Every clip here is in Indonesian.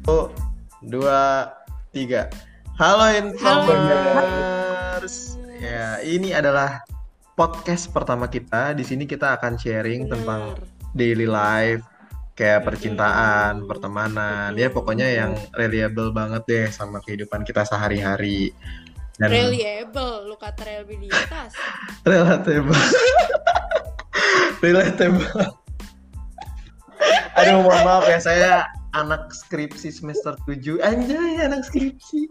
Satu, dua, tiga. Halo Infomers. Ya, ini adalah podcast pertama kita. Di sini kita akan sharing tentang daily life, kayak percintaan, pertemanan, ya pokoknya yang reliable banget deh sama kehidupan kita sehari-hari. Dan Reliable, lu kata reliabilitas. relatable. Relatable. Aduh, mohon maaf ya, saya anak skripsi semester 7. Anjay, anak skripsi.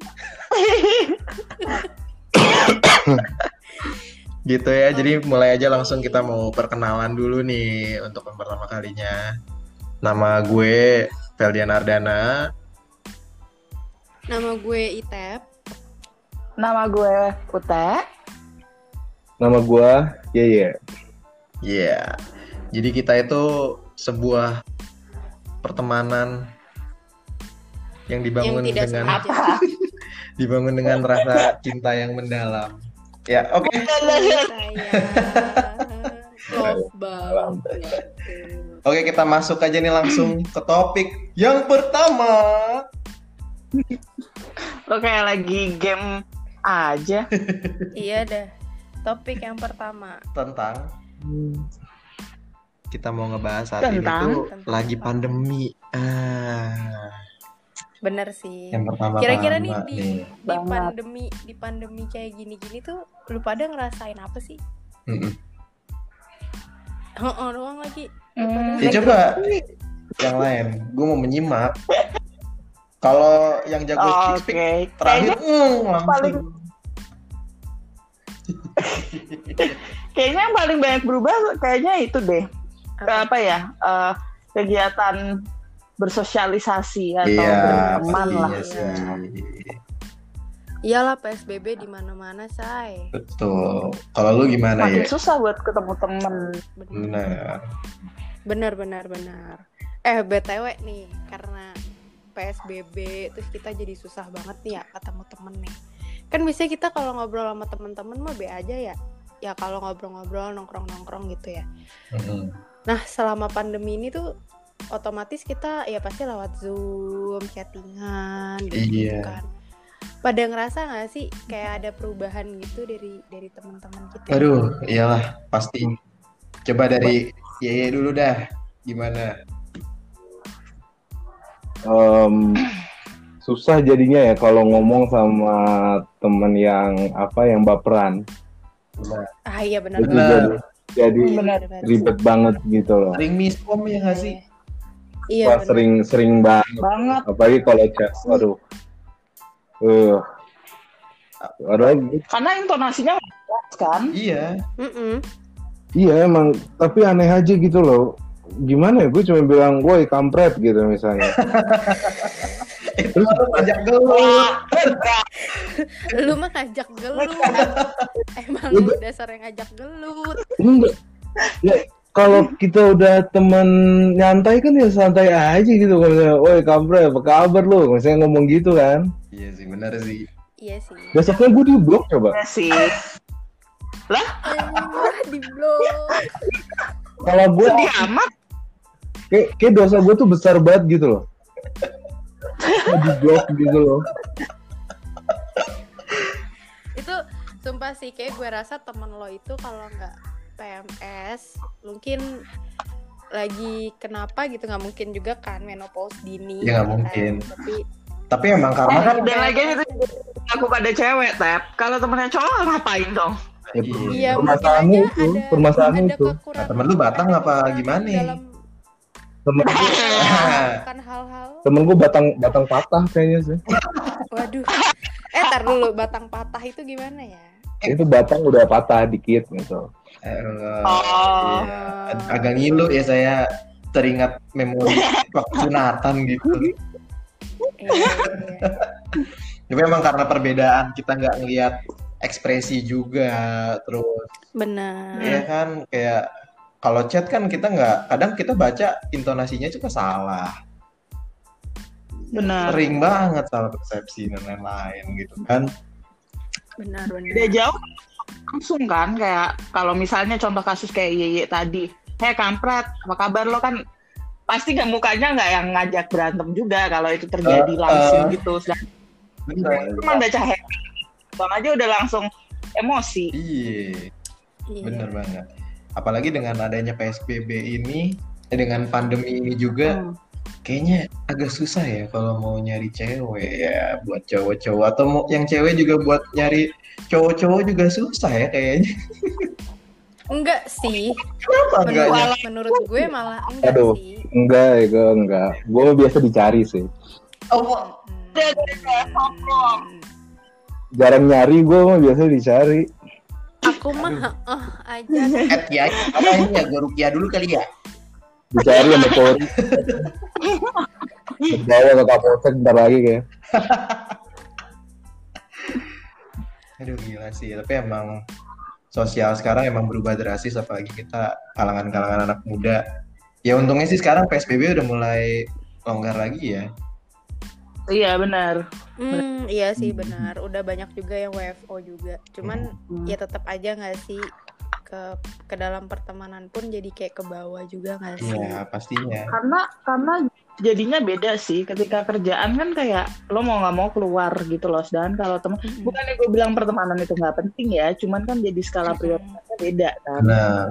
Gitu ya, jadi mulai aja langsung kita mau perkenalan dulu nih untuk yang pertama kalinya. Nama gue Feldian Ardana. Nama gue Itep. Nama gue Ute. Nama gue Yeye. Iya. Jadi kita itu sebuah pertemanan yang dibangun Yang tidak dengan sengaja. dibangun dengan rasa cinta yang mendalam. Ya, oke. Saya love banget. Oke, kita masuk aja nih langsung ke topik yang pertama. Lo kayak lagi game aja. Iya dah. Topik yang pertama. Tentang kita mau ngebahas saat ini Tentang tuh lagi pandemi. Bener sih. Yang pertama Kira-kira nih nih. di Banget. pandemi kayak gini-gini tuh lu pada ngerasain apa sih? Doang lagi. Lu pada Ya coba yang lain. Gue mau menyimak. Kalau yang jago speak Oke. terakhir langsung. Kayaknya yang paling banyak berubah kayaknya itu deh. Apa ya? Kegiatan bersosialisasi atau berteman lah. pastinya sih. Iyalah PSBB di mana-mana, say. Betul. Kalau lu gimana Makin ya? susah buat ketemu temen. Benar. Benar. BTW nih, karena PSBB terus kita jadi susah banget nih ya ketemu temen nih. Kan biasanya kita kalau ngobrol sama temen-temen mah be aja ya. Ya kalau ngobrol-ngobrol, nongkrong-nongkrong gitu ya. Nah, selama pandemi ini tuh otomatis kita ya pasti lewat Zoom, chattingan gitu Iya. kan. Pada ngerasa nggak sih kayak ada perubahan gitu dari teman-teman kita? Aduh, iyalah pasti. Coba dari Yeye dulu dah. Gimana? Susah jadinya ya kalau ngomong sama temen yang baperan. Iya benar. Itu jadi Benar. ribet banget gitu loh. Sering miskom ya nggak sih? Iya Wah, benar. sering banget. Apalagi kalau chat, waduh. Karena intonasinya jelas kan. Iya. Iya emang, tapi aneh aja gitu loh. Gimana ya, gue cuma bilang, woi kampret gitu misalnya. Itu lu ngajak gelut. Lu mah ngajak gelut. Emang lu dasar yang ngajak gelut. Enggak. Ya, kalau kita udah teman nyantai kan ya santai aja gitu. Kalau woi kampret, apa kabar lu? Misalnya ngomong gitu kan. Iya sih, benar sih. Iya sih. Besoknya gue di blok coba. Ya sih. Di blog. Kalau gue Sedih amat. kayak dosa gue tuh besar banget gitu loh. Di blok gitu loh. Itu sumpah sih kayak gue rasa temen lo itu kalau nggak PMS mungkin lagi kenapa gitu, nggak mungkin juga kan menopause dini. Ya nggak gitu mungkin. Kan. Tapi emang karena kan Dan lagi itu aku pada cewek, Tep. Kalau temennya cowok ngapain dong? Iya, permasalahannya mungkin aja itu, permasalahannya ada itu. kekurangan. Temen lu batang ada apa kekurangan gimana? dalam melakukan hal-hal. Temen gue batang patah kayaknya sih. Waduh. Tar dulu, batang patah itu gimana ya? Itu batang udah patah dikit gitu. Iya. Agak ngilu ya, saya teringat memori waktu sunatan gitu. Iya. Tapi emang karena perbedaan kita nggak ngelihat ekspresi juga, terus Benar. ya kan kayak kalau chat kan kita nggak, kadang kita baca intonasinya juga salah. Benar. Sering banget salah persepsi dan lain-lain gitu kan. Benar. Udah jauh langsung kan, kayak kalau misalnya contoh kasus kayak Yeye tadi, kampret, apa kabar lo, kan pasti nggak mukanya nggak yang ngajak berantem juga kalau itu terjadi langsung gitu. Bener. Cuma baca happy, bang aja udah langsung emosi. Iya, Iya. bener banget. Apalagi dengan adanya PSBB ini, dengan pandemi ini juga, kayaknya agak susah ya kalau mau nyari cewek ya buat cowok-cowok, atau mau yang cewek juga buat nyari cowok-cowok juga susah ya kayaknya. Enggak sih. Kenapa enggaknya? Menurut gue malah enggak Aduh, sih. enggak. Gue biasa dicari sih. Oh, Jarang nyari, gue mah biasa dicari. Aku mah aja. Kiai, apa ini ya? Gue rukiah dulu kali ya. Dicari sama Polri. Berbawa ke Kapolsek bentar lagi kayak. Aduh gila sih, tapi emang sosial sekarang emang berubah drastis, apalagi kita kalangan-kalangan anak muda. Ya untungnya sih sekarang PSBB udah mulai longgar lagi ya. Iya benar. Iya sih benar. Udah banyak juga yang WFO juga. Cuman ya tetap aja nggak sih ke dalam pertemanan pun jadi kayak ke bawah juga nggak sih? Iya pastinya. Karena jadinya beda sih. Ketika kerjaan kan kayak lo mau nggak mau keluar gitu loh. Dan kalau teman, bukannya gue bilang pertemanan itu nggak penting ya. Cuman kan jadi skala prioritasnya beda kan. Nah,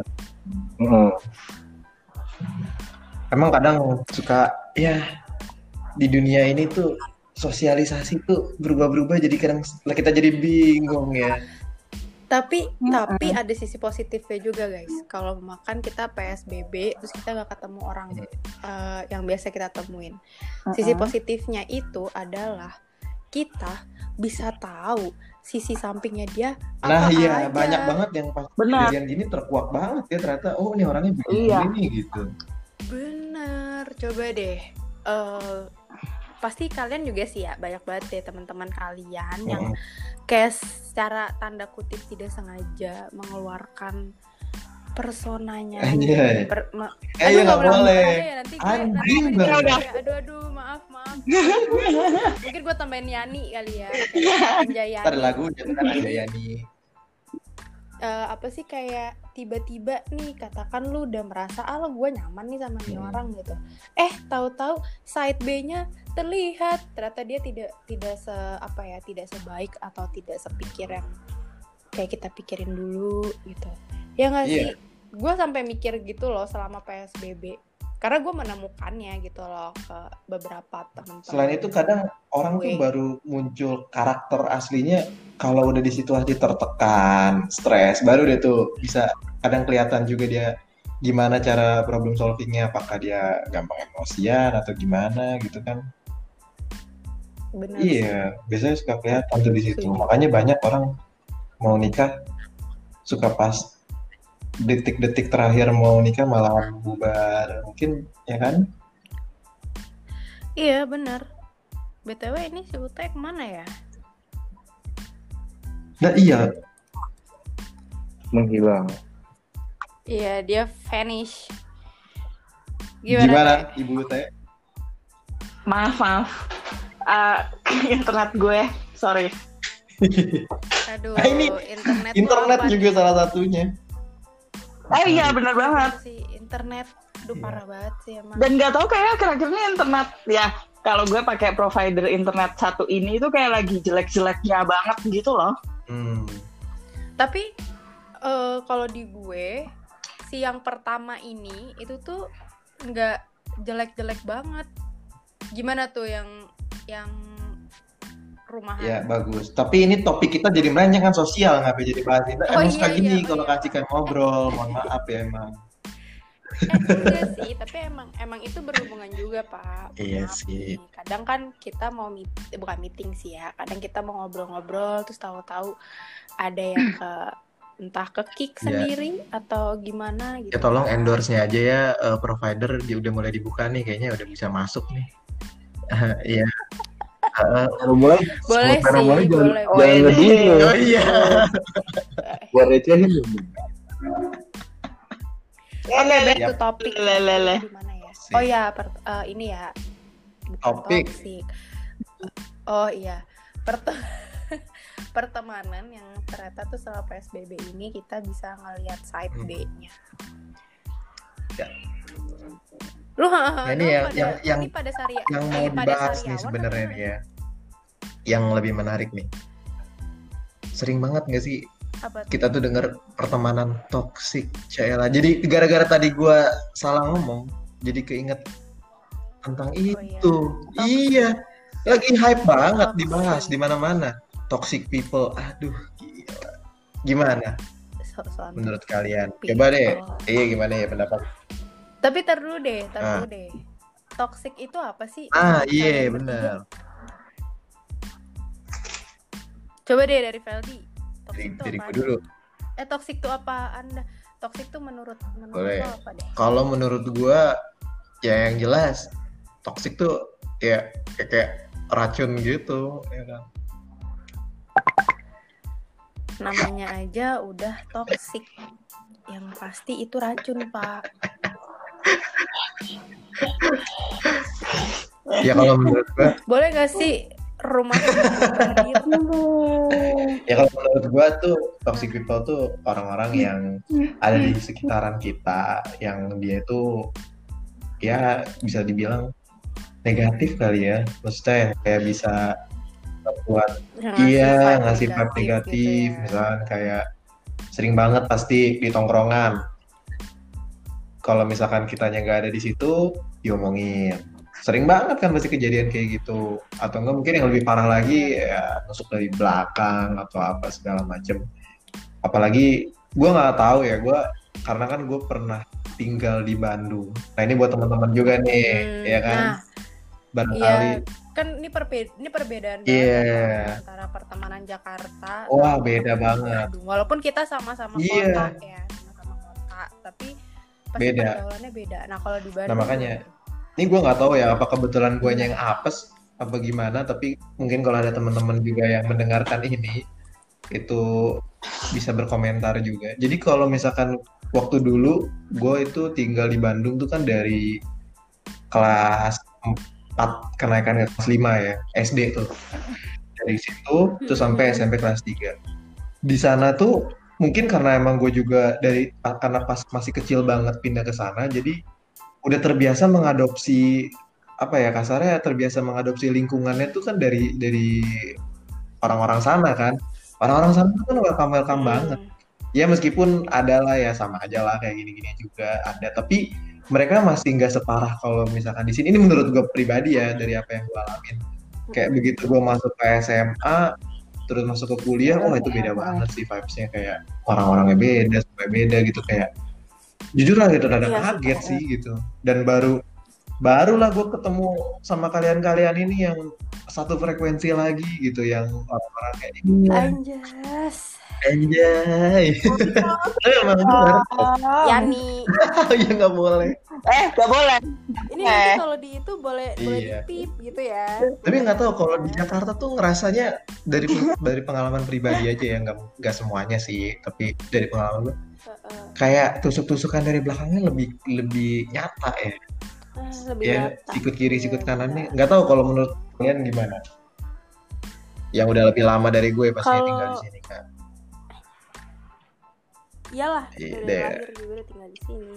emang kadang suka ya di dunia ini tuh sosialisasi tuh berubah-berubah, jadi kadang kita jadi bingung ya. Tapi ada sisi positifnya juga guys. Kalau makan kita PSBB terus kita nggak ketemu orang yang biasa kita temuin. Sisi positifnya itu adalah kita bisa tahu sisi sampingnya dia Nah apa iya aja. banyak banget yang pas kejadian gini terkuak banget ya ternyata. Oh ini orangnya begini gitu. Bener, coba deh. Pasti kalian juga sih ya, banyak banget deh teman-teman kalian yang kayak secara tanda kutip tidak sengaja mengeluarkan personanya. Anjay. Aduh nggak boleh. Ya, nanti Anjing gue aduh maaf. Mungkin gue tambahin Yani kali ya. Anjay Ntar lagu jangan Anjayani. Apa sih kayak tiba-tiba nih katakan lu udah merasa gue nyaman nih sama nih orang gitu. Tahu-tahu side B-nya terlihat ternyata dia tidak sebaik atau tidak sepikir yang kayak kita pikirin dulu gitu. Ya nggak sih? Gue sampai mikir gitu loh selama PSBB. Karena gue menemukannya gitu loh ke beberapa teman-teman. Selain itu kadang orang tuh baru muncul karakter aslinya kalau udah di situasi tertekan, stres, baru dia tuh bisa kadang kelihatan juga dia gimana cara problem solvingnya, apakah dia gampang emosian atau gimana gitu kan. Benar. Iya, biasanya suka kelihatan tuh di situ. Makanya banyak orang mau nikah suka pas detik-detik terakhir mau nikah malah bubar, mungkin ya kan? Iya benar. BTW ini si Uta kemana ya? Nah iya. Menghilang. Iya dia vanish. Gimana Ibu Teh? Maaf. Internet gue, sorry. Aduh, ini internet juga salah satunya. Iya benar banget sih internet, parah banget sih emang. Dan nggak tahu kayak akhir-akhir ini internet ya, kalau gue pakai provider internet satu ini itu kayak lagi jelek-jeleknya banget gitu loh. Tapi kalau di gue si yang pertama ini itu tuh nggak jelek-jelek banget. Gimana tuh yang rumahan? Ya bagus. Tapi ini topik kita jadi melenceng kan sosial, ngapain jadi bahas itu? Emang suka gini kalau kasihkan ngobrol. Mohon maaf ya emang. Enggak sih, tapi emang itu berhubungan juga Pak. Iya Maaf sih. Nih. Kadang kan kita mau bukan meeting sih ya. Kadang kita mau ngobrol-ngobrol terus tahu-tahu ada yang entah ke kick sendiri atau gimana gitu. Ya tolong endorse-nya aja ya, provider dia udah mulai dibuka nih, kayaknya udah bisa masuk nih. Iya. Mulai boleh sih, boleh. Jangan ngedulu. Oh iya. Buat recehin. Oke, back to topik. Lele. Di mana ya? Oh ya, ini ya. Topik. Oh iya. Pertemanan yang ternyata tuh setelah PSBB ini kita bisa ngelihat side B-nya. Ya. Lu Nah ini lu yang pada yang yang ini pada yang mau pada dibahas nih sariawan sebenarnya apa nih gimana? ya, yang lebih menarik nih. Sering banget gak sih Apa tuh? kita tuh denger pertemanan toksik, Cyaela. Jadi gara-gara tadi gua salah ngomong, jadi keinget tentang Oh iya, itu. toxic. Iya, lagi hype banget dibahas Toxic. di mana-mana. Toxic people. Aduh, gila. Gimana So menurut kalian? Coba deh. people. Iya, gimana ya pendapat? Tapi tar dulu deh. Ah, Toxic itu apa sih ah menurut iya kalian bertiga? bener. Coba deh dari Feldi. Dari, Toxic itu dari apa? gue dulu. Toxic itu apa Anda? Toxic itu menurut Boleh. lo apa deh? Kalau menurut gua, ya yang jelas, toxic tuh ya kayak racun gitu, ya kan? Namanya aja udah toxic. Yang pasti itu racun, Pak. Ya kalau menurut gua, Boleh gak sih rumah hadir? ya kalau menurut gua tuh toxic people tuh orang-orang yang ada di sekitaran kita, yang dia itu ya bisa dibilang negatif kali ya, maksudnya yang kayak bisa buat iya ngasih vibe negatif, gitu ya. misalkan kayak sering banget pasti di tongkrongan. Kalau misalkan kitanya nggak ada di situ, diomongin. Sering banget kan pasti kejadian kayak gitu. Atau enggak mungkin yang lebih parah lagi ya nusuk dari belakang atau apa segala macem. Apalagi gue nggak tahu ya, gue karena kan gue pernah tinggal di Bandung. Nah ini buat teman-teman juga nih, ya kan? Nah, Barangkali. iya, kan ini perbedaan banget Iya. antara pertemanan Jakarta Wah sama beda pertemanan banget. Bandung. Walaupun kita sama-sama Iya. kota ya, sama-sama kota, tapi pasti Beda. pergaulannya beda. Nah kalau di Bandung, Nah makanya, ini gue nggak tahu ya apa kebetulan gue yang apes apa gimana, tapi mungkin kalau ada teman-teman juga yang mendengarkan ini itu bisa berkomentar juga. Jadi kalau misalkan waktu dulu gue itu tinggal di Bandung tuh kan dari kelas 4 kenaikan ke kelas 5 ya, SD tuh. Dari situ terus sampai SMP kelas 3. Di sana tuh mungkin karena emang gue juga karena pas masih kecil banget pindah ke sana, jadi udah terbiasa mengadopsi apa ya kasarnya terbiasa mengadopsi lingkungannya tuh kan dari orang-orang sana kan. Orang-orang sana tuh kan welcome banget. Ya meskipun ada lah ya sama aja lah kayak gini-gini juga ada, tapi mereka masih nggak separah kalau misalkan di sini. Ini menurut gue pribadi ya dari apa yang gue alamin. Kayak begitu gue masuk ke SMA terus masuk ke kuliah, oh itu beda banget sih vibes-nya, kayak orang-orangnya beda, sampai beda gitu, kayak jujur lah gitu rada kaget sih gitu. Dan barulah gue ketemu sama kalian-kalian ini yang satu frekuensi lagi gitu, yang orang-orang kayak ini. Anjas. Anjay. Emang benar. Yani. Ya nggak boleh. Nggak boleh. Ini nanti kalau di itu boleh Iya. di-pip gitu ya. Tapi nggak tahu kalau di Jakarta tuh ngerasanya dari pengalaman pribadi aja ya, nggak semuanya sih, tapi dari pengalaman gue kayak tusuk-tusukan dari belakangnya lebih nyata ya. Lebih Ya nyata. sikut kiri sikut kanannya. Nggak tahu kalau menurut kalian gimana? Yang udah lebih lama dari gue pastinya tinggal di sini kan. Iyalah, dari lahir juga udah tinggal di sini.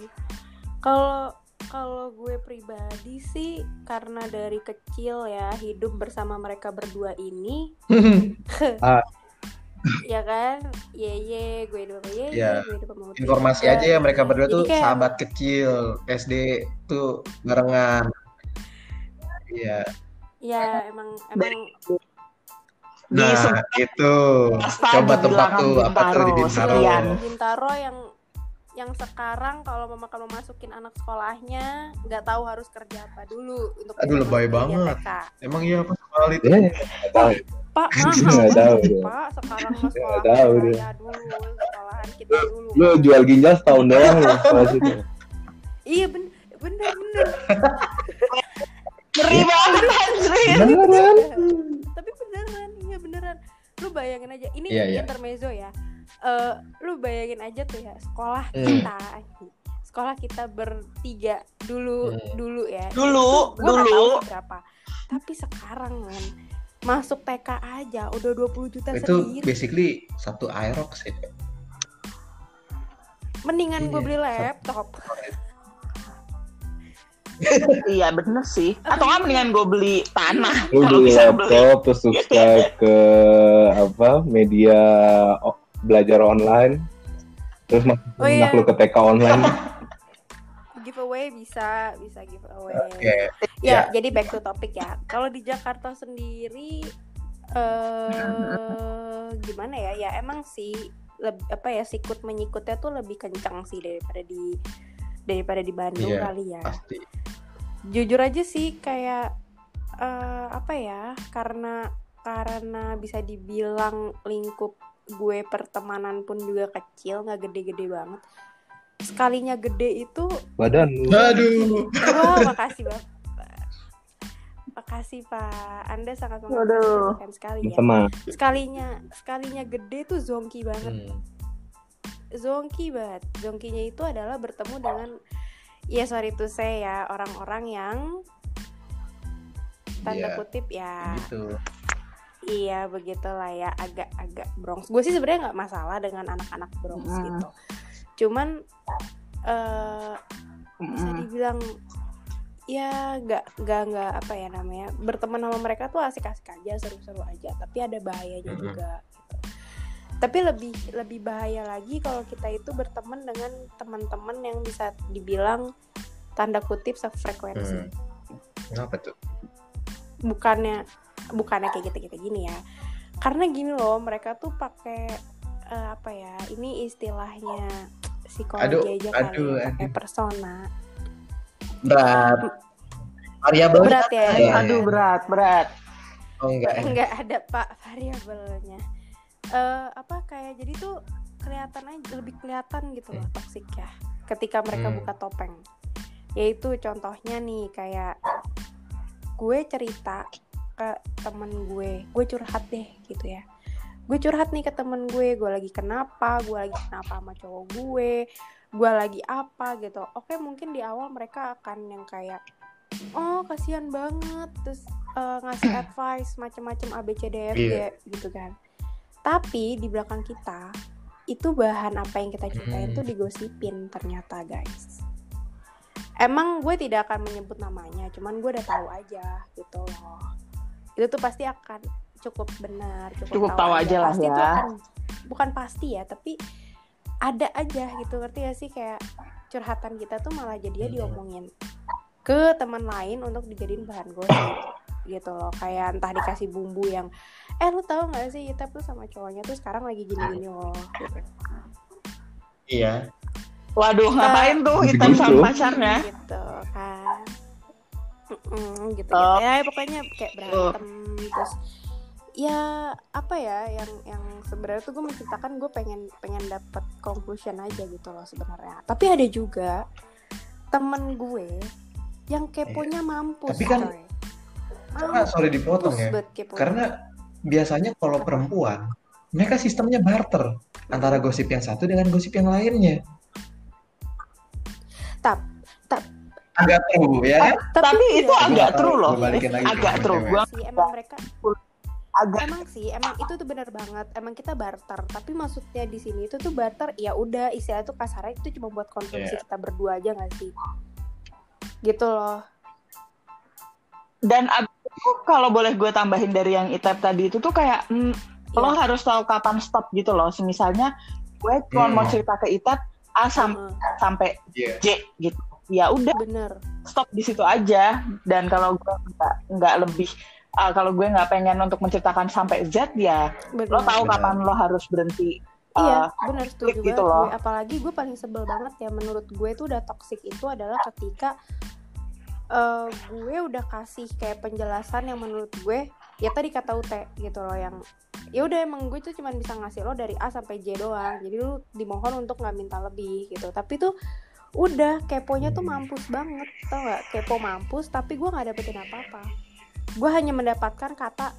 Kalau gue pribadi sih karena dari kecil ya hidup bersama mereka berdua ini. Ya kan, gue hidup sama Ya. gue hidup sama Uti. Informasi aja ya, mereka berdua tuh kayak sahabat kecil SD tuh barengan. Iya. Ya emang Nah itu coba tebak tuh apa tuh di Bintaro. Bintaro yang sekarang kalau mama kamu masukin anak sekolahnya nggak tahu harus kerja apa dulu untuk. Aduh lebay banget. Emang iya apa soal itu? Pak Nggak tahu deh. Pak sekarang mas sekolah tahu deh. saya dulu sekolahan kita dulu. Lu jual ginjal setahun doang lu sekolah situ. Iya bener. Ngeri banget anjir. Beneran? Tapi beneran. Lu bayangin aja ini Iya. intermezzo ya. Lu bayangin aja tuh ya sekolah kita bertiga dulu ya. Dulu. Gua nggak tahu berapa. Tapi sekarang kan masuk TK aja udah 20 juta Itu sendiri. basically satu Aerox ya. Mendingan gue Iya, beli laptop. Iya bener sih. Atau nggak mendingan gue beli tanah Lu kalau beli bisa beli. laptop terus subscribe ke media belajar online, terus masukin Oh iya. anak lu ke TK online. Giveaway bisa giveaway. Oke. Ya, jadi back to topic ya. Kalau di Jakarta sendiri gimana ya? Ya emang sih sikut menyikutnya tuh lebih kencang sih daripada di Bandung Iya, kali ya. pasti. Jujur aja sih kayak karena bisa dibilang lingkup gue pertemanan pun juga kecil, nggak gede-gede banget. Sekalinya gede itu Badan lu. Aduh. wah, makasih Pak, Anda sangat mengapresiasikan sekali ya. Teman. Sekalinya gede tuh zonki banget. Zonkinya itu adalah bertemu dengan, ya sorry to say ya, orang-orang yang tanda Iya, kutip ya, gitu. iya begitulah ya, agak Bronx. Gue sih sebenarnya nggak masalah dengan anak-anak Bronx gitu, cuman bisa dibilang ya nggak apa ya namanya, berteman sama mereka tuh asik-asik aja, seru-seru aja, tapi ada bahayanya juga gitu. Tapi lebih bahaya lagi kalau kita itu berteman dengan teman-teman yang bisa dibilang tanda kutip sefrekuensi. Kenapa tuh? Bukannya kayak gitu gini ya, karena gini loh, mereka tuh pakai ini istilahnya psikologi aja kali ya, pakai persona. Berat. Variabelnya Berat ya. Aduh berat. Oh enggak ada Pak variabelnya. Kayak jadi tuh lebih kelihatan gitu loh toksik ya ketika mereka buka topeng. Yaitu contohnya nih, kayak gue cerita ke temen gue curhat deh gitu ya. Gue curhat nih ke temen gue lagi kenapa sama cowok gue lagi apa gitu. Oke, mungkin di awal mereka akan yang kayak, oh kasihan banget, terus ngasih advice macam-macam ABCDFG gitu kan. Tapi di belakang kita itu bahan apa yang kita ceritain tuh digosipin ternyata, guys. Emang gue tidak akan menyebut namanya, cuman gue udah tahu aja gitu loh. Itu tuh pasti akan cukup benar, cukup tahu aja lah pasti ya. Bukan pasti ya, tapi ada aja gitu, ngerti gak sih? Kayak curhatan kita tuh malah jadinya diomongin ke teman lain untuk dijadiin bahan gosip gitu loh. Kayak entah dikasih bumbu yang lu tahu nggak sih Itap tuh sama cowoknya tuh sekarang lagi gini-gini loh gitu. Iya. Waduh, ngapain tuh Hitam sama pacarnya? Gitu kan. Gitu. Ya pokoknya kayak berantem terus ya apa ya yang sebenarnya tuh gue menceritakan, gue pengen dapet conclusion aja gitu loh sebenarnya. Tapi ada juga temen gue yang keponya mampus. Tapi kan sorry dipotong ya. Karena biasanya kalau perempuan mereka sistemnya barter antara gosip yang satu dengan gosip yang lainnya. Agak true ya. Tapi itu agak true loh. Agak true. Emang itu tuh benar banget. Emang kita barter, tapi maksudnya di sini itu tuh barter ya udah, istilah tuh kasarnya itu cuma buat konsumsi kita berdua aja nggak sih? Gitu loh. Dan kalau boleh gue tambahin dari yang Itap tadi itu tuh kayak lo harus tahu kapan stop gitu loh. Misalnya gue cuma mau cerita ke Itap A sampai J gitu. Ya udah, bener, stop di situ aja. Dan kalau gue nggak lebih, kalau gue nggak pengen untuk menceritakan sampai Z ya, bener, lo tahu kapan lo harus berhenti. Iya, benar, setuju gitu loh. Apalagi gue paling sebel banget ya, menurut gue tuh udah toxic itu adalah ketika gue udah kasih kayak penjelasan yang menurut gue ya tadi kata Ute gitu loh, yang ya udah emang gue tuh cuma bisa ngasih lo dari A sampai J doang, jadi lo dimohon untuk nggak minta lebih gitu. Tapi tuh udah keponya tuh mampus banget, tau gak? Kepo mampus, tapi gue gak dapetin apa-apa. Gue hanya mendapatkan kata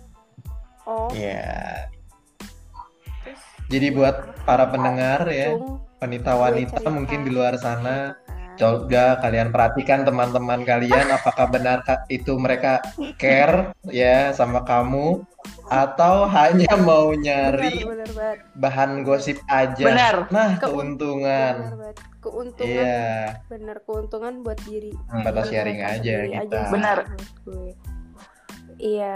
Jadi buat para pendengar ya, wanita-wanita mungkin di luar sana, Coba kalian perhatikan teman-teman kalian, apakah benar itu mereka care ya sama kamu atau hanya mau nyari Benar banget. bahan gosip aja. Benar. Nah, Benar keuntungan. banget. Keuntungan. Iya. Bener, keuntungan buat diri. Kita sharing mereka aja sendiri kita. sih, Benar. menurut gue. Iya.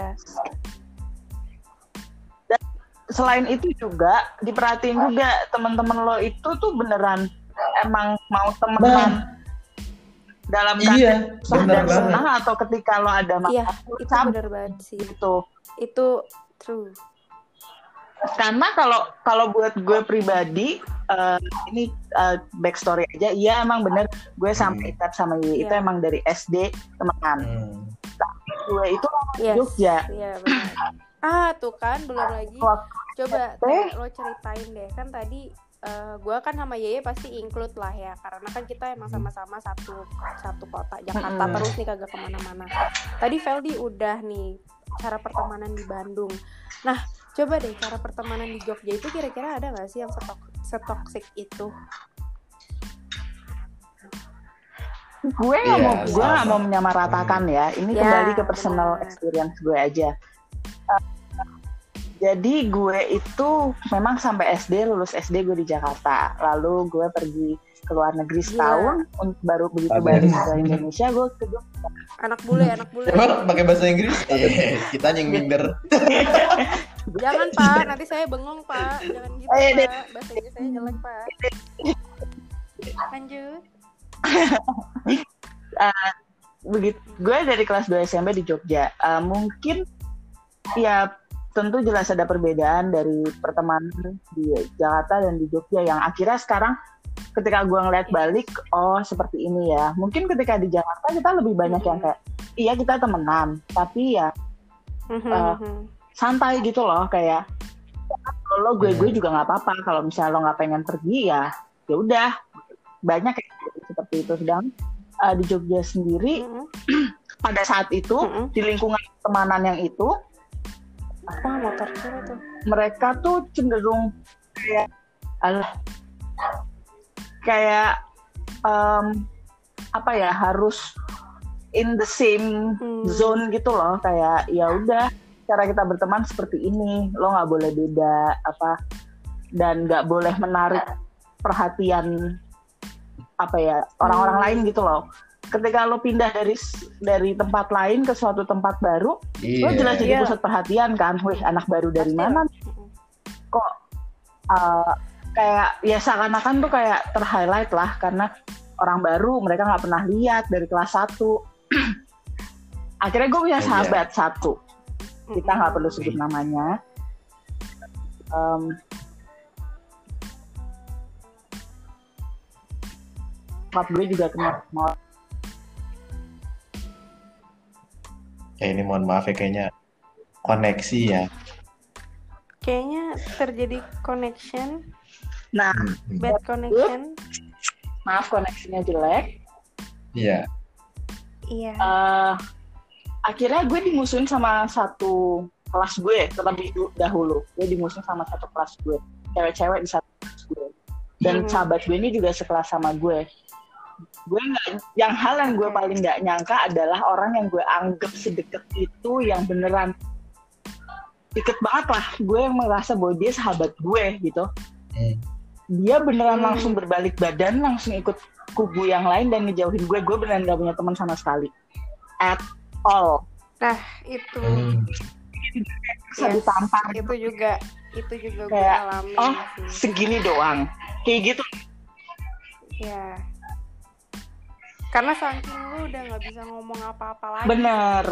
Selain itu juga diperhatiin juga teman-teman lo itu tuh beneran emang mau temenan dalam Iya, susah bener dan banget. senang atau ketika lo ada Iya, masalah itu cabut benar banget sih. gitu. Itu true. Karena kalau buat gue pribadi ini backstory aja, iya emang bener gue sampai ikat sama Yeye itu Iya. emang dari SD temenan. Tapi gue itu Yes. Jogja. Iya, benar. Tuh kan belum lagi. Coba lo ceritain deh, kan tadi gue kan sama Yeye pasti include lah ya, karena kan kita emang sama-sama satu kota Jakarta terus nih, kagak kemana-mana. Tadi Feldi udah nih cara pertemanan di Bandung. Nah, coba deh cara pertemanan di Jogja itu kira-kira ada nggak sih yang setoksik itu? Gue nggak mau menyamaratakan ya. Ini Ya, kembali ke personal benar. experience gue aja. Jadi gue itu memang sampai SD, lulus SD gue di Jakarta. Lalu gue pergi ke luar negeri setahun, baru begitu balik ke Indonesia gue ke Jogja. Anak bule. Emang pakai bahasa Inggris? Kita yang minder. Jangan Pak, nanti saya bengong Pak. Jangan gitu Pak, bahasa Inggris saya jelek Pak. Lanjut. Begitu gue dari kelas 2 SMP di Jogja. Mungkin ya tentu jelas ada perbedaan dari pertemanan di Jakarta dan di Jogja yang akhirnya sekarang ketika gue ngeliat balik, oh seperti ini ya. Mungkin ketika di Jakarta kita lebih banyak yang kayak, iya kita temenan, tapi ya santai gitu loh, kayak lo gue juga nggak apa-apa kalau misalnya lo nggak pengen pergi ya udah, banyak kayak seperti itu. Sedang di Jogja sendiri pada saat itu di lingkungan pertemanan yang itu Motor kira tuh. mereka tuh cenderung kayak apa ya, harus in the same zone gitu loh, kayak ya udah cara kita berteman seperti ini, lo nggak boleh beda apa, dan nggak boleh menarik perhatian apa ya orang-orang lain gitu loh. Ketika lo pindah dari tempat lain ke suatu tempat baru, lo jelas jadi pusat perhatian kan. Wih, anak baru dari mana? Kok kayak ya seakan-akan tuh kayak ter-highlight lah, karena orang baru, mereka nggak pernah lihat dari kelas 1. Akhirnya gue punya sahabat satu, kita nggak perlu sebut namanya. Gue juga kenal sama. Ini mohon maaf ya, kayaknya koneksi ya. Kayaknya terjadi connection. Nah, bad connection. Maaf koneksinya jelek. Iya. Iya. Akhirnya gue dimusuhin sama satu kelas gue terlebih dahulu. Gue dimusuhin sama satu kelas gue, cewek-cewek di satu kelas gue. Dan sahabat gue ini juga sekelas sama gue. Hal yang gue paling nggak nyangka adalah orang yang gue anggap sedekat itu, yang beneran deket banget lah. Gue merasa bahwa dia sahabat gue gitu. Dia beneran langsung berbalik badan, langsung ikut kubu yang lain dan ngejauhin gue. Gue beneran gak punya teman sama sekali at all. Nah itu bisa ditampar. Itu juga kayak, gue alami. Segini doang kayak gitu ya, karena saking lu udah nggak bisa ngomong apa-apa lagi. Bener.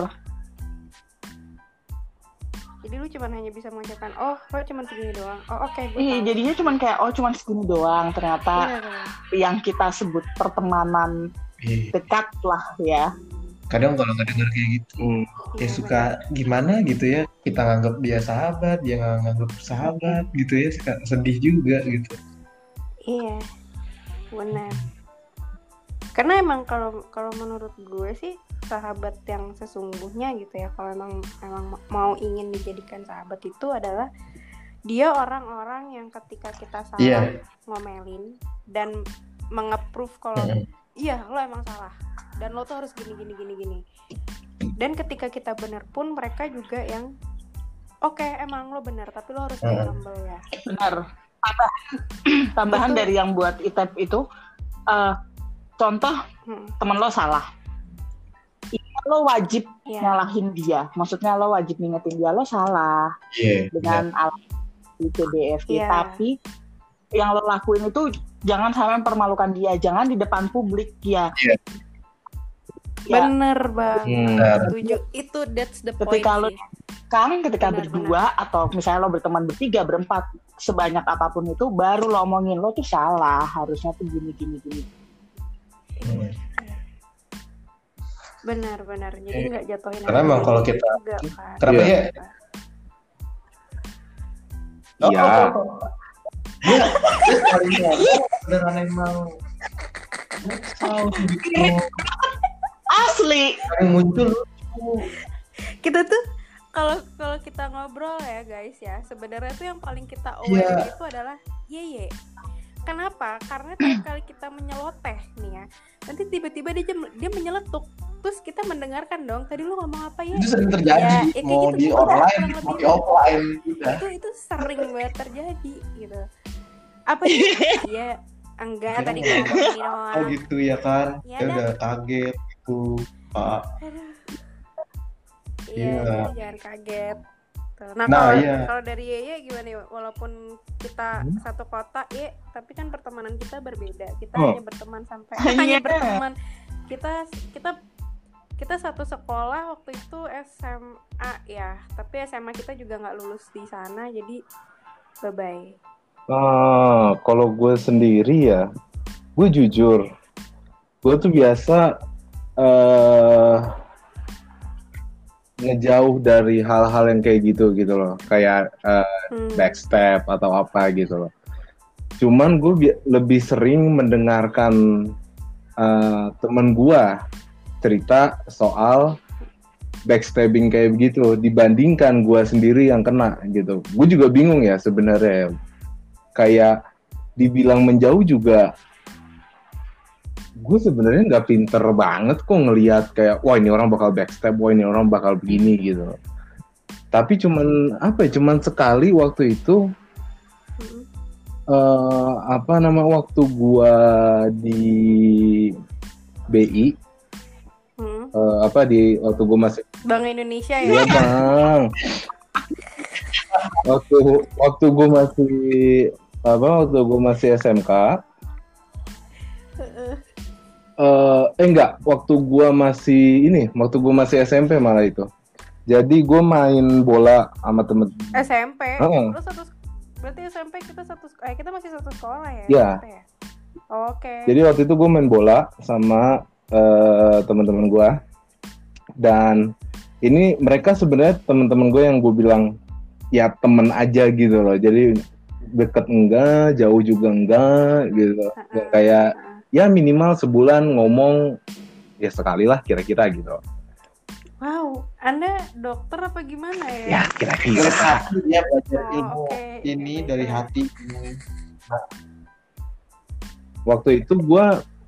Jadi lu cuma hanya bisa mengucapkan, oh lo cuma segini doang. Oh oke. Jadinya cuma kayak cuma segini doang. Ternyata yang kita sebut pertemanan dekat lah ya. Kadang kalau nggak dengar kayak gitu, kayak suka gimana gitu ya. Kita nganggap dia sahabat, dia nggak nganggap sahabat gitu ya. Suka sedih juga gitu. Iya, benar. Karena emang kalau menurut gue sih sahabat yang sesungguhnya gitu ya, kalau emang mau ingin dijadikan sahabat itu adalah dia orang-orang yang ketika kita salah ngomelin dan menge-proof kalau iya lo emang salah dan lo tuh harus gini. Dan ketika kita benar pun mereka juga yang oke, emang lo benar tapi lo harus humble ya. Benar. Tambahan dari yang buat ITEP itu, contoh temen lo salah, lo wajib nyalahin dia. Maksudnya lo wajib ngingetin dia lo salah dengan alasan ITBFG. Tapi yang lo lakuin itu jangan sampai mempermalukan dia, jangan di depan publik ya. Bener bang, setuju. Itu that's the point. Ketika berdua atau misalnya lo berteman bertiga, berempat, sebanyak apapun itu, baru lo omongin lo tuh salah, harusnya tuh gini. Benar. Jadi nggak jatuhin. Karena emang kalau kita, kenapa ya? Iya. Beneran emang. Asli. Yang muncul. Kita tuh kalau kita ngobrol ya guys ya, sebenarnya tuh yang paling kita aware itu adalah Yeye. Kenapa? Karena tiap kali kita menyeloteh nih ya, nanti tiba-tiba dia menyeletuk, terus kita mendengarkan dong. Tadi lu ngomong apa ya? Itu sering terjadi. Ya, mau gitu, di online, mau di offline juga. Itu sering banget terjadi gitu. Apa sih? Ya enggak tadi ngomong doang. Oh gitu ya kan? Ya udah kaget gitu, Pak. Iya, jangan kaget. Nah kalau dari Yeye gimana ya? Walaupun kita satu kota, tapi kan pertemanan kita berbeda. Kita hanya berteman sampai berteman. Kita satu sekolah waktu itu SMA ya. Tapi SMA kita juga nggak lulus di sana, jadi bye bye. Kalau gue sendiri ya, gue jujur, gue tuh biasa ngejauh dari hal-hal yang kayak gitu loh, kayak backstep atau apa gitu loh. Cuman gue lebih sering mendengarkan teman gue cerita soal backstabbing kayak begitu dibandingkan gue sendiri yang kena gitu. Gue juga bingung ya sebenarnya, kayak dibilang menjauh juga. Gue sebenarnya nggak pinter banget kok ngelihat kayak wah ini orang bakal backstab, wah ini orang bakal begini gitu. Tapi cuman sekali waktu itu waktu gue di BI waktu gue masih Bank Indonesia ya. Iya bang. waktu gue masih SMK. Waktu gue masih SMP malah itu. Jadi gue main bola sama temen SMP. Lu berarti SMP kita masih satu sekolah ya? Iya. Ya? Oke. Jadi waktu itu gue main bola sama teman-teman gue, dan ini mereka sebenarnya teman-teman gue yang gue bilang ya temen aja gitu loh. Jadi deket enggak, jauh juga enggak gitu. Kayak ya minimal sebulan ngomong ya sekali lah kira-kira gitu. Wow, Anda dokter apa gimana ya? Ya kira-kira. Dia belajar ilmu ini dari hati. Nah, waktu itu gue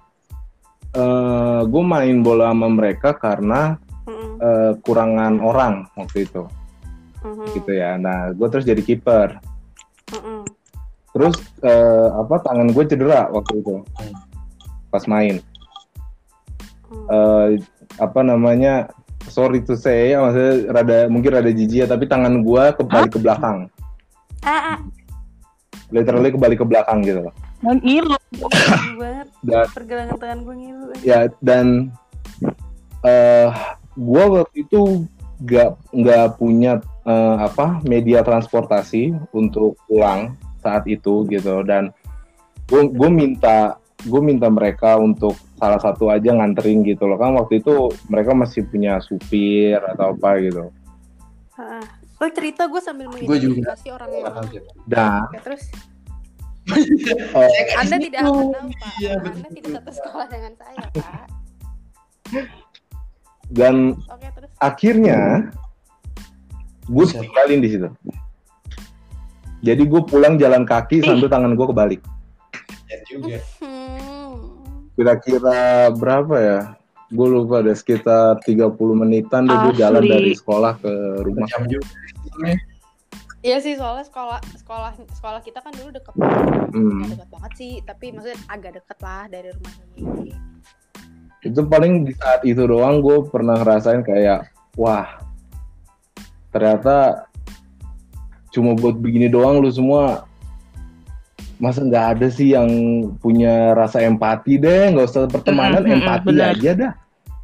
main bola sama mereka karena kurangan orang waktu itu, gitu ya. Nah, gue terus jadi kiper. Terus tangan gue cedera waktu itu. Pas main, sorry to say, maksudnya mungkin rada jijik ya, tapi tangan gue kebalik ke belakang. Literally kebalik ke belakang gitu loh. Ngilu banget. Pergelangan tangan gue ngilu. Ya, dan gue waktu itu nggak punya media transportasi untuk pulang saat itu gitu, dan gue minta mereka untuk salah satu aja nganterin gitu loh, kan waktu itu mereka masih punya supir atau apa gitu. Lo cerita gue sambil mengidentifikasi orang yang terus Anda tidak akan tahu Pak, Anda tidak satu sekolah dengan saya Pak. Dan akhirnya gue tinggalin di situ. Jadi gue pulang jalan kaki sambil tangan gue kebalik. Juga. kira-kira berapa ya? Gue lupa deh, sekitar 30 menitan deh gue jalan dari sekolah ke rumah. Jam juga. Iya sih, soalnya sekolah kita kan dulu deket banget. Gak deket banget sih, tapi maksudnya agak deket lah dari rumahnya. Itu paling di saat itu doang gue pernah ngerasain kayak, wah, ternyata cuma buat begini doang lu semua. Masa nggak ada sih yang punya rasa empati deh, nggak usah pertemanan, empati aja dah.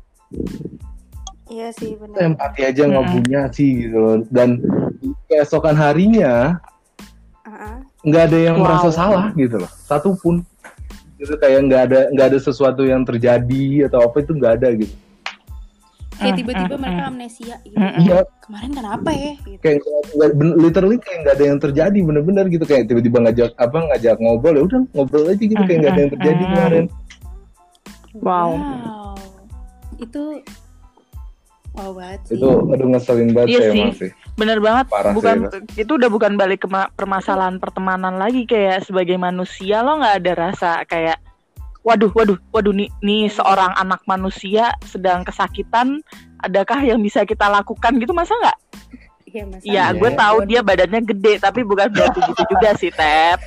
Iya sih, benar. Empati aja nggak punya sih gitu loh. Dan keesokan harinya nggak ada yang merasa salah gitu loh, satupun. Itu kayak nggak ada sesuatu yang terjadi atau apa, itu nggak ada gitu. Kayak tiba-tiba mereka amnesia gitu. Iya. Kemarin kenapa ya? Gitu. Kayak literally kayak nggak ada yang terjadi, bener-bener gitu, kayak tiba-tiba ngajak ngobrol, ya udah ngobrol aja gitu, kayak nggak ada yang terjadi kemarin. Wow. Itu wow banget sih. Itu aduh ngeselin banget Iya saya sih. masih. Bener banget. Parah bukan sih, itu udah bukan balik ke permasalahan pertemanan lagi, kayak sebagai manusia lo nggak ada rasa kayak waduh nih seorang anak manusia sedang kesakitan, adakah yang bisa kita lakukan gitu, masa nggak? Iya, gue tahu dia badannya gede, tapi bukan berarti gitu juga sih, Tep.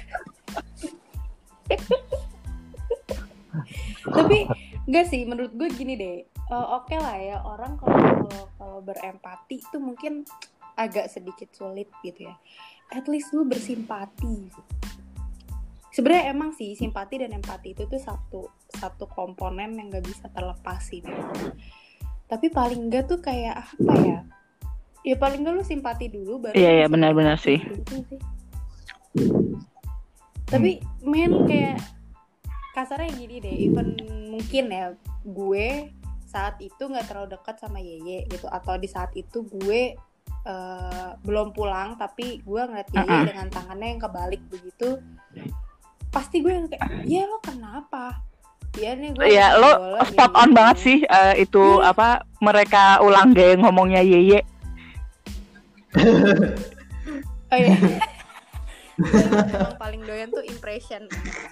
Tapi enggak sih, menurut gue gini deh. Oke lah ya, orang kalau berempati itu mungkin agak sedikit sulit gitu ya. At least lu bersimpati. Sebenarnya emang sih simpati dan empati itu tuh satu komponen yang nggak bisa terlepas sih. Tapi paling enggak tuh kayak apa ya? Ya paling enggak lu simpati dulu baru. Iya benar-benar sih. Tapi kayak kasarnya gini deh, even mungkin ya gue saat itu nggak terlalu dekat sama Yeye gitu, atau di saat itu gue belum pulang tapi gue ngeliat Yeye dengan tangannya yang kebalik begitu, pasti gue yang kayak, ya lo kenapa? Ya nih gue. Iya lo spot on banget sih itu apa mereka ulang gaya ngomongnya Yeye. Oh iya. Emang paling doyan tuh impression.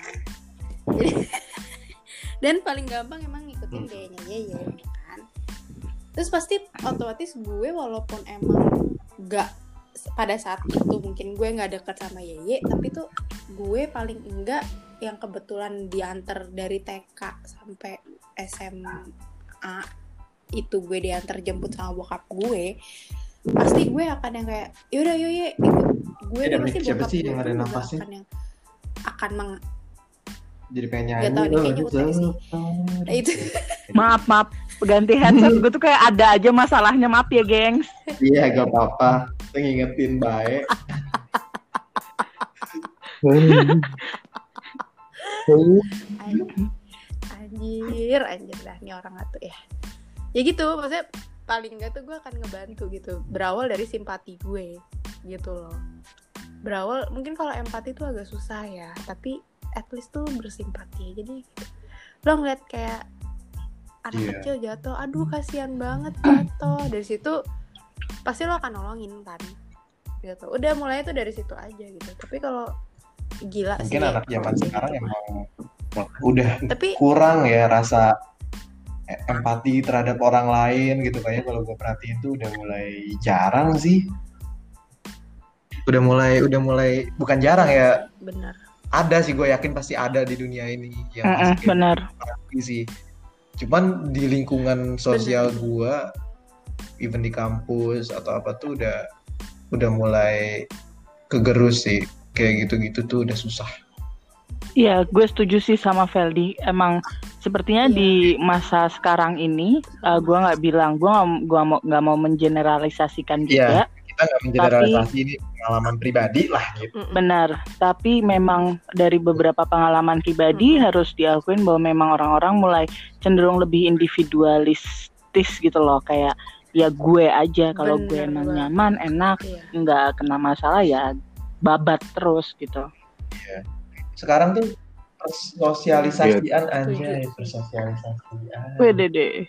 Dan paling gampang emang ngikutin gayanya Yeye kan. Terus pasti otomatis gue walaupun emang gak pada saat itu mungkin gue gak deket sama Yeye, tapi tuh gue paling enggak yang kebetulan diantar dari TK sampai SMA itu gue diantar jemput sama bokap gue, pasti gue akan yang kayak yaudah Yeye ikut gue. Dia pasti bokap gue yang akan jadi pengen nyanyi. Gak tau nih kayaknya udah sih. Nah itu. Maaf ganti headset gue tuh kayak ada aja masalahnya, maaf ya gengs. Iya gak apa-apa, ngingetin baik. Anjir dah nih orang atuh ya. Ya gitu, maksudnya paling enggak tuh gue akan ngebantu gitu. Berawal dari simpati gue gitu loh. Berawal mungkin kalau empati tuh agak susah ya, tapi at least tuh bersimpati aja deh gitu. Lo ngeliat kayak anak kecil jatuh, aduh kasihan banget jatuh, dari situ pasti lo akan nolongin kan gitu. Udah mulai tuh dari situ aja gitu. Tapi kalau gila mungkin sih anak zaman sekarang emang udah kurang ya rasa empati terhadap orang lain gitu. Kayaknya kalau gue perhatiin tuh udah mulai jarang sih. Udah mulai bukan jarang ya. Benar. Ada sih, gue yakin pasti ada di dunia ini yang benar sih. Cuman di lingkungan sosial gue, even di kampus atau apa tuh udah mulai kegerus sih. Kayak gitu-gitu tuh udah susah. Iya, gue setuju sih sama Feldi. Emang sepertinya di masa sekarang ini, gue nggak bilang, gue nggak mau mengeneralisasikan juga. Kita nggak mengeneralisasi, ini pengalaman pribadi lah gitu. Benar, tapi memang dari beberapa pengalaman pribadi harus diakuin bahwa memang orang-orang mulai cenderung lebih individualistis gitu loh, kayak ya gue aja, kalau gue emang nyaman, enak, nggak kena masalah ya babat terus gitu. Iya. Sekarang tuh persosialisasian aja, persosialisasian. Wede.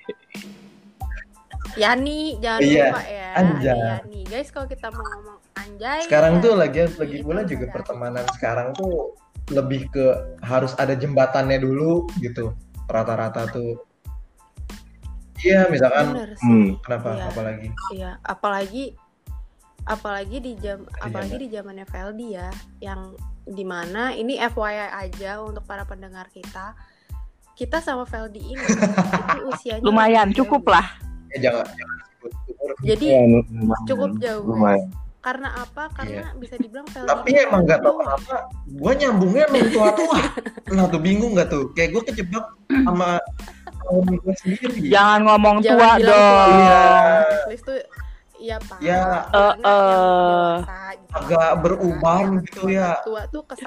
Yani, jangan lupa ya. Anjay. Yani. Guys, kalau kita mau ngomong anjay. Sekarang tuh lagi pula juga pertemanan sekarang tuh lebih ke harus ada jembatannya dulu gitu. rata-rata tuh. Iya, misalkan Bener sih. kenapa? Iya. Apalagi? Iya, apalagi di zamannya Feldi ya, yang dimana ini FYI aja untuk para pendengar kita sama Feldi ini itu usianya Lumayan, lebih cukup jauh. lah. Jangan sebut umur. Jadi Ya, lumayan. cukup jauh. Lumayan. Karena apa? Karena bisa dibilang Feldi Tapi ini emang nggak tahu tua. kenapa gue nyambungnya emang tua-tua. Nah tuh bingung nggak tuh? Kayak gue kejebak sama umur gue sendiri. Jangan ngomong Jangan tua bilang dong. Iya. At least tuh iya Pak. Ya, Karena yang dewasa gitu. agak beruban gitu ya. Tua tuh kesan.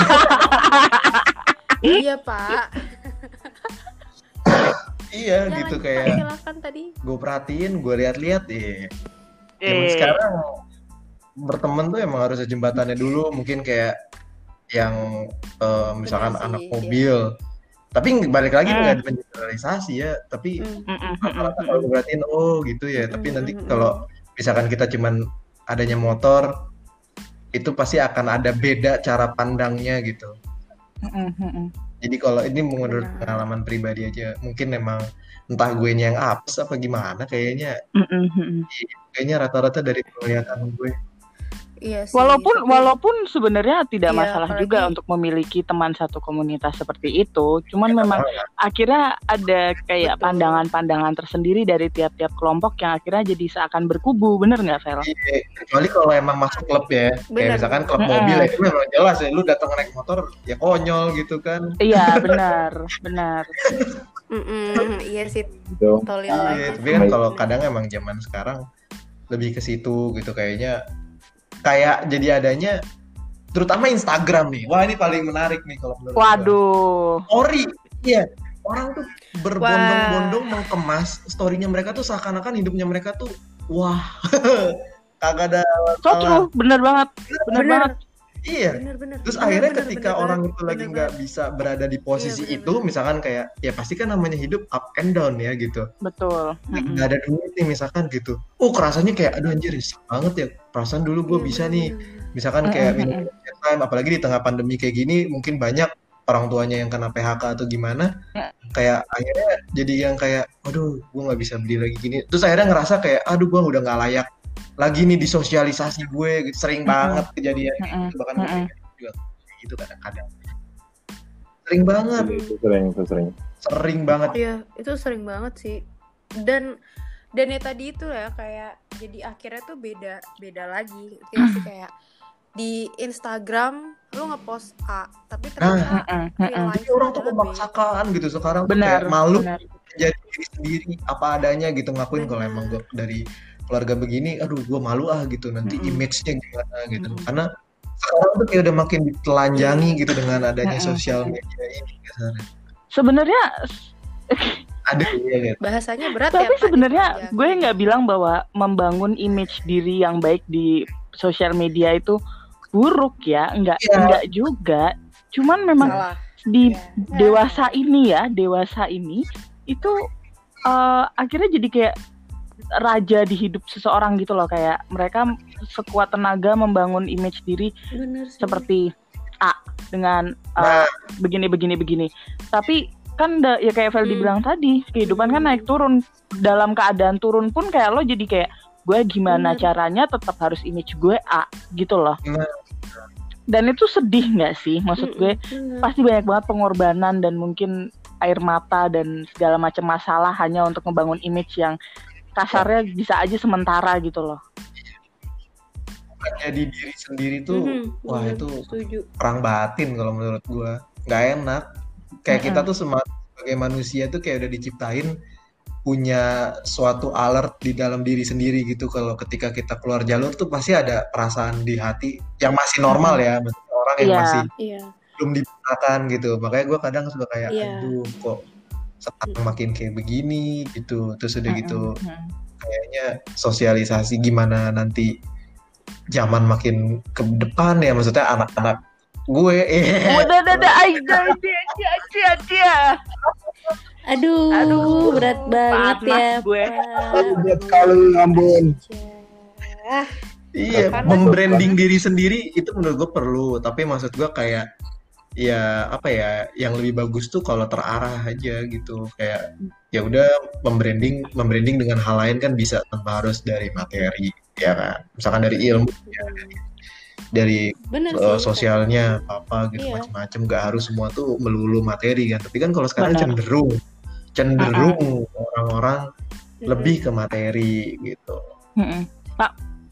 Iya Pak. Iya Ya, gitu lanjut, Pak, kayak silakan tadi. gue perhatiin, gue lihat-lihat zaman Eh, sekarang berteman tuh emang harus ada jembatannya dulu, mungkin kayak yang misalkan Bener sih, anak iya. mobil. Tapi balik lagi nggak ada generalisasi ya, tapi rata-rata kalau gue perhatiin gitu ya. Tapi nanti kalau misalkan kita cuman adanya motor, itu pasti akan ada beda cara pandangnya gitu. Jadi kalau ini menurut Benar. pengalaman pribadi aja, mungkin memang entah gue yang apes apa gimana, kayaknya rata-rata dari penglihatan gue. Iya sih. Walaupun sebenarnya tidak Iya, masalah apalagi- juga untuk memiliki teman satu komunitas seperti itu. Cuman memang akhirnya ada kayak Betul. pandangan-pandangan tersendiri dari tiap-tiap kelompok yang akhirnya jadi seakan berkubu, bener nggak, Vel? Iya, kecuali kalau emang masuk klub ya, kayak Benar. misalkan klub mobil ya, itu memang jelas ya, lu datang naik motor ya konyol gitu kan. Iya, benar. Iya sih, Gitu. tolong Iya, lagi. tapi kan kalau kadang emang zaman sekarang lebih ke situ gitu kayaknya, kayak jadi adanya terutama Instagram nih. Wah, ini paling menarik nih kalau menurut gue. Waduh. Story, iya. Orang tuh berbondong-bondong mengemas story-nya mereka tuh seakan-akan hidupnya mereka tuh wah. Kagak ada So true, bener banget. Iya. Bener. Terus Bener, akhirnya bener, ketika bener orang banget, itu lagi bener nggak banget. bisa berada di posisi Iya, itu, bener. misalkan kayak ya pasti kan namanya hidup up and down ya gitu. Betul. Nggak ada duit nih misalkan gitu. Kerasanya kayak aduh anjir nyesek banget ya. Perasaan dulu gue Iya, bisa bener, nih. bener. Misalkan kayak minum time, apalagi di tengah pandemi kayak gini, mungkin banyak orang tuanya yang kena PHK atau gimana. Kayak akhirnya jadi yang kayak aduh gue nggak bisa beli lagi gini. Terus akhirnya ngerasa kayak aduh gue udah nggak layak lagi nih di sosialisasi gue gitu. Sering banget kejadian gitu. Bahkan gue juga gitu kadang-kadang sering banget Itu sering. banget. Iya, itu sering banget sih. Dan ya tadi itu ya kayak jadi akhirnya tuh beda lagi. Kayak sih kayak di Instagram lu ngepost A, tapi ternyata real life Jadi orang tuh adalah B. memaksakan gitu sekarang tuh Benar. kayak malu jadi diri sendiri apa adanya gitu ngakuin kalau Benar. emang gue dari keluarga begini aduh gue malu gitu nanti image-nya gimana gitu karena sekarang tuh kayak udah makin ditelanjangi gitu dengan adanya sosial media ini kasarnya. Sebenarnya Ada ya gitu. Bahasanya berat ya. tapi Pak, sebenarnya dipanjangin. gue nggak bilang bahwa membangun image diri yang baik di sosial media itu buruk ya, enggak juga. Cuman memang Salah. di Iya. dewasa ini itu akhirnya jadi kayak raja di hidup seseorang gitu loh, kayak mereka sekuat tenaga membangun image diri Bener sih. seperti A dengan begini. Tapi kan ya kayak Feldi bilang tadi, kehidupan kan naik turun. Dalam keadaan turun pun kayak lo jadi kayak gue gimana caranya tetap harus image gue A gitu loh. Dan itu sedih nggak sih? Maksud gue pasti banyak banget pengorbanan dan mungkin air mata dan segala macam masalah hanya untuk membangun image yang kasarnya bisa aja sementara gitu loh. Jadi diri sendiri tuh wah itu setuju. perang batin kalau menurut gue, nggak enak. Kayak kita tuh sebagai manusia tuh kayak udah diciptain punya suatu alert di dalam diri sendiri gitu. Kalau ketika kita keluar jalur tuh pasti ada perasaan di hati yang masih normal ya, maksudnya orang yang masih belum dibutakan gitu. Makanya gue kadang suka kayak aduh kok sekarang makin kayak begini gitu. Terus udah gitu kayaknya sosialisasi gimana nanti zaman makin ke depan ya, maksudnya anak-anak gue Aduh, berat banget ya gue. Berat sekali, ampun. Iya, membranding diri sendiri itu menurut gue perlu, tapi maksud gue kayak ya apa ya, yang lebih bagus tuh kalau terarah aja gitu, kayak ya udah membranding dengan hal lain kan bisa, tanpa harus dari materi ya kan, misalkan dari ilmu ya, dari Bener sih sosialnya apa gitu, iya. macam-macam, nggak harus semua tuh melulu materi kan. Tapi kan kalau sekarang Benar. cenderung orang-orang lebih ke materi gitu. Pak.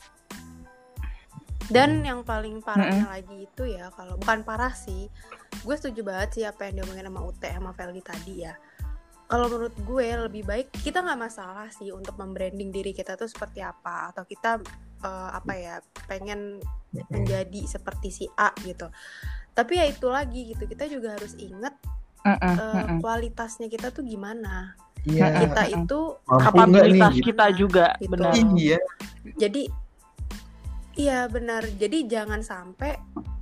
Dan yang paling parahnya lagi itu ya, kalau bukan parah sih, gue setuju banget sih apa yang diomongin sama Ute sama Feldi tadi ya. Kalau menurut gue lebih baik kita nggak masalah sih untuk membranding diri kita tuh seperti apa, atau kita apa ya, pengen menjadi seperti si A gitu. Tapi ya itu lagi gitu, kita juga harus ingat kualitasnya kita tuh gimana. Iya. Kita itu kapabilitas kita juga gitu. benar. Iya. Jadi iya benar. Jadi jangan sampai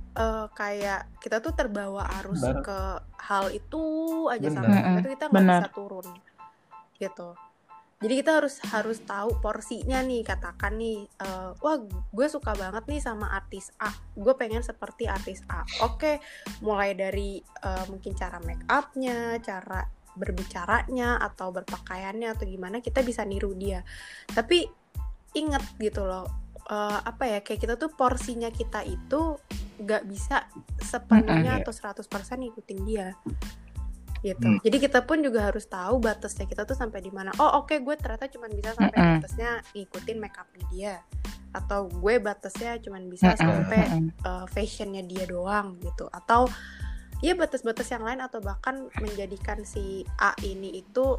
kayak kita tuh terbawa arus ke hal itu aja, sampai itu kita nggak bisa turun gitu. Jadi kita harus tahu porsinya nih. Katakan nih, wah gue suka banget nih sama artis A, gue pengen seperti artis A. Oke, mulai dari mungkin cara make upnya, cara berbicaranya, atau berpakaiannya, atau gimana kita bisa niru dia. Tapi ingat gitu loh, apa ya, kayak kita tuh porsinya kita itu nggak bisa sepenuhnya atau 100% ngikutin dia gitu. Jadi kita pun juga harus tahu batasnya kita tuh sampai di mana. Oh oke, gue ternyata cuma bisa sampai batasnya ngikutin make upnya dia, atau gue batasnya cuma bisa sampai fashionnya dia doang gitu, atau ya batas-batas yang lain, atau bahkan menjadikan si A ini itu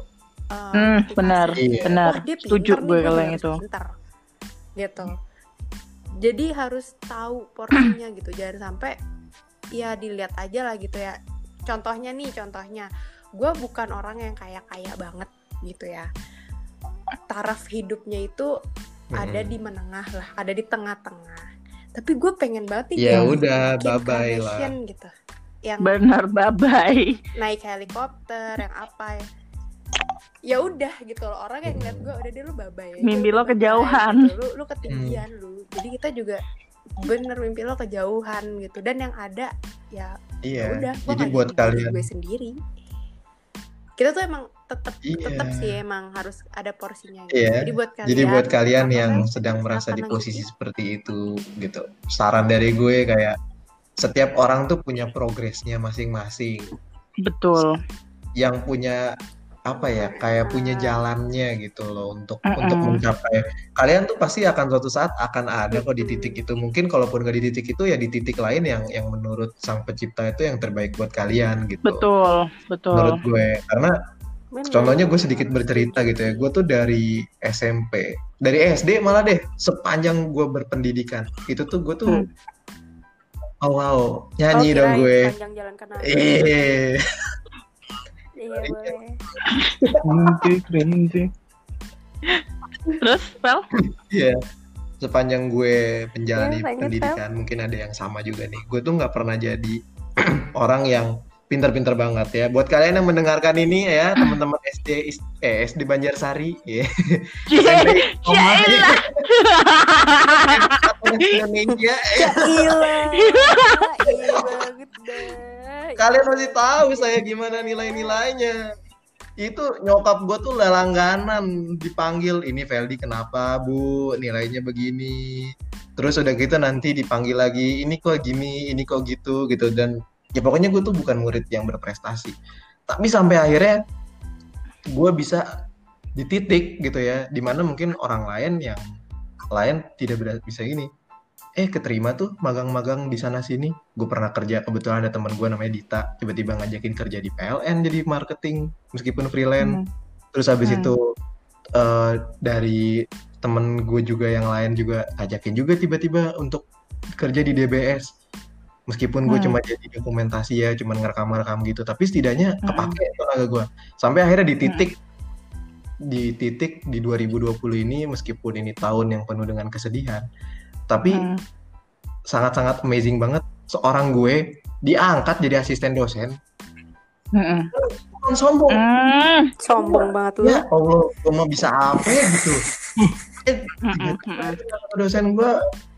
benar. Wah, dia setuju pinter gue nih, kalau gue yang itu pinter gitu. Jadi harus tahu porsinya gitu, jangan sampai ya dilihat aja lah gitu ya. Contohnya gue bukan orang yang kaya banget gitu ya, taraf hidupnya itu ada di menengah lah, ada di tengah-tengah. Tapi gue pengen banget nih ya udah bye-bye lah gitu, yang benar bye-bye, naik helikopter, yang apa ya udah gitu loh. Orang yang ngeliat gue, udah deh lu bye-bye, mimpi lo kejauhan gitu. Lu ketinggian lu. Jadi kita juga bener mimpi lo kejauhan gitu. Dan yang ada ya udah, jadi buat kalian gue sendiri, kita tuh emang tetap sih emang harus ada porsinya gitu. Jadi buat kalian yang sedang merasa di posisi seperti itu gitu, saran dari gue kayak setiap orang tuh punya progresnya masing-masing. Betul. Yang punya apa ya, kayak punya jalannya gitu loh untuk mencapai. Kalian tuh pasti akan suatu saat akan ada kok di titik itu. Mungkin kalaupun nggak di titik itu ya di titik lain yang menurut sang pencipta itu yang terbaik buat kalian gitu. Betul. Menurut gue, karena contohnya gue sedikit bercerita gitu ya. Gue tuh dari SMP, dari SD malah deh, sepanjang gue berpendidikan itu tuh gue tuh nyanyi dong gue. Sepanjang jalan kenal. Iya boleh. Terus, Fel? Iya. Sepanjang gue menjalani pendidikan, mungkin ada yang sama juga nih. Gue tuh nggak pernah jadi orang yang pintar-pintar banget ya. Buat kalian yang mendengarkan ini ya, teman-teman SD Banjarsari, ya. Indonesia. Kalian masih tahu saya gimana nilai-nilainya. Itu nyokap gue tuh langganan dipanggil, ini Feldi kenapa Bu nilainya begini, terus udah gitu nanti dipanggil lagi, ini kok gini, ini kok gitu. Dan ya pokoknya gue tuh bukan murid yang berprestasi, tapi sampai akhirnya gue bisa di titik gitu ya, dimana mungkin orang lain yang lain tidak bisa gini, keterima tuh magang-magang di sana sini. Gue pernah kerja, kebetulan ada teman gue namanya Dita, tiba-tiba ngajakin kerja di PLN jadi marketing meskipun freelance. Terus habis itu dari temen gue juga yang lain juga ngajakin juga tiba-tiba untuk kerja di DBS, meskipun gue cuma jadi dokumentasi ya, cuma ngerekam gitu, tapi setidaknya kepake tenaga gue. Sampai akhirnya di titik di 2020 ini, meskipun ini tahun yang penuh dengan kesedihan, tapi sangat-sangat amazing banget, seorang gue diangkat jadi asisten dosen. Bukan sombong. Sombong banget lu. Ya Allah, gue mau bisa apa gitu. Dosen gue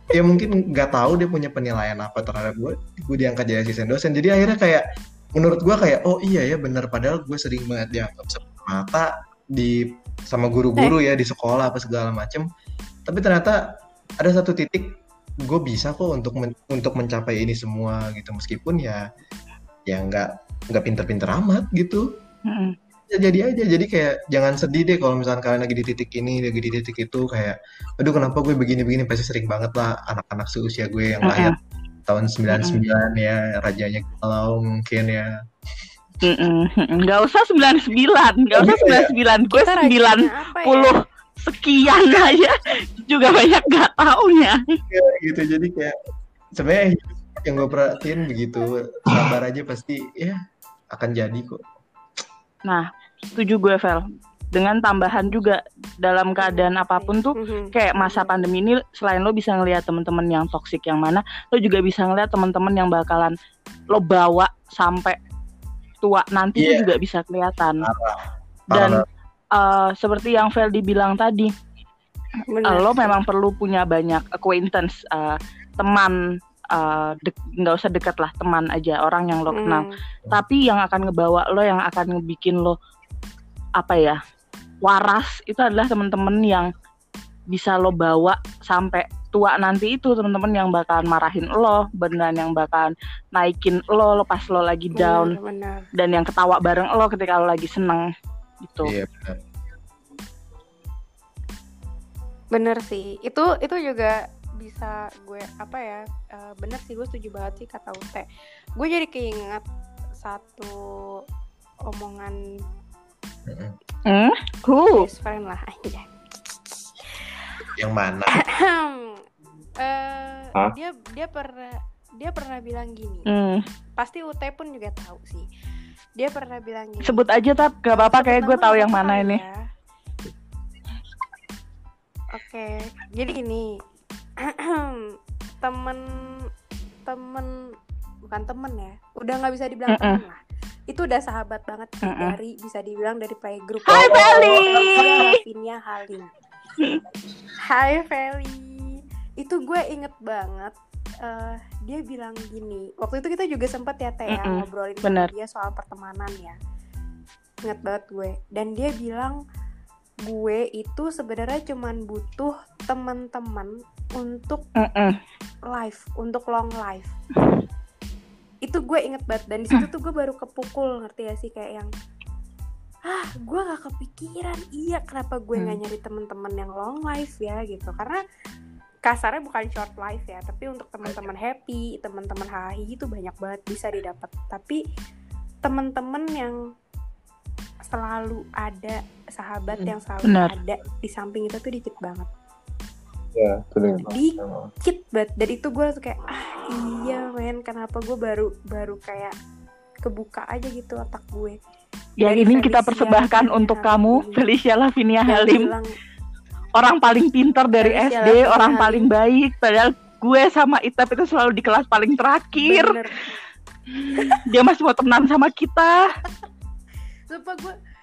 ya mungkin nggak tahu dia punya penilaian apa terhadap gue diangkat jadi asisten dosen. Jadi akhirnya kayak menurut gue kayak oh iya ya benar, padahal gue sering banget dianggap sebelah mata sama guru-guru ya di sekolah apa segala macem. Tapi ternyata ada satu titik gue bisa kok untuk mencapai ini semua gitu, meskipun ya nggak pinter-pinter amat gitu. Ya, jadi aja, jadi kayak jangan sedih deh kalau misalkan kalian lagi di titik ini, lagi di titik itu, kayak aduh kenapa gue begini-begini. Pasti sering banget lah anak-anak seusia gue yang lahir tahun 99 ya, rajanya galau mungkin ya. Nggak usah 99, nggak usah 99, gue 90 sekian aja juga banyak nggak taunya. Ya, gitu, jadi kayak sebenarnya yang gue perhatiin begitu, sabar aja pasti ya akan jadi kok. Nah, setuju gue, Vel. Dengan tambahan juga dalam keadaan apapun tuh, kayak masa pandemi ini, selain lo bisa ngelihat teman-teman yang toksik yang mana, lo juga bisa ngelihat teman-teman yang bakalan lo bawa sampai tua nanti itu juga bisa kelihatan. Dan seperti yang Veldi bilang tadi, lo memang perlu punya banyak acquaintance, teman. Nggak usah dekat lah, teman aja, orang yang lo kenal. Tapi yang akan ngebawa lo, yang akan ngebikin lo waras, itu adalah teman-teman yang bisa lo bawa sampai tua nanti. Itu teman-teman yang bakalan marahin lo, beneran yang bakalan naikin lo pas lo lagi down, dan yang ketawa bareng lo ketika lo lagi seneng gitu. Iya, bener sih, itu juga bisa gue bener sih, gue setuju banget sih kata Ute. Gue jadi keinget satu omongan best friend lah aja. Yang mana? Dia pernah bilang gini. Pasti Ute pun juga tahu sih. Dia pernah bilang gini. Sebut aja, Tap, gak apa-apa, kayak gue tahu yang mana ini. Oke, jadi gini. temen bukan temen ya, udah nggak bisa dibilang temen lah, itu udah sahabat banget sih, bisa dibilang dari playgroup. Hai Feli, Lavinia Halim. Hai Feli, itu gue inget banget. Dia bilang gini, waktu itu kita juga sempat ya ngobrolin sama dia soal pertemanan ya, inget banget gue. Dan dia bilang gue itu sebenarnya cuman butuh teman-teman untuk life, untuk long life. Itu gue inget banget. Dan di situ tuh gue baru kepukul, ngerti ya sih, kayak yang gue gak kepikiran, iya kenapa gue gak nyari teman-teman yang long life ya gitu. Karena kasarnya bukan short life ya, tapi untuk teman-teman happy, teman-teman hahi itu banyak banget bisa didapat. Tapi teman-teman yang selalu ada, sahabat yang selalu ada di samping itu tuh dikit banget. Ya, dikit banget. Dan itu gue langsung kayak iya men, kenapa gue baru kayak kebuka aja gitu otak gue. Yang ini kita persembahkan untuk kamu, Felicia Lavinia Halim, orang paling pintar dari SD, orang paling baik. Padahal gue sama Itap itu selalu di kelas paling terakhir. Dia masih mau temenan sama kita. Sumpah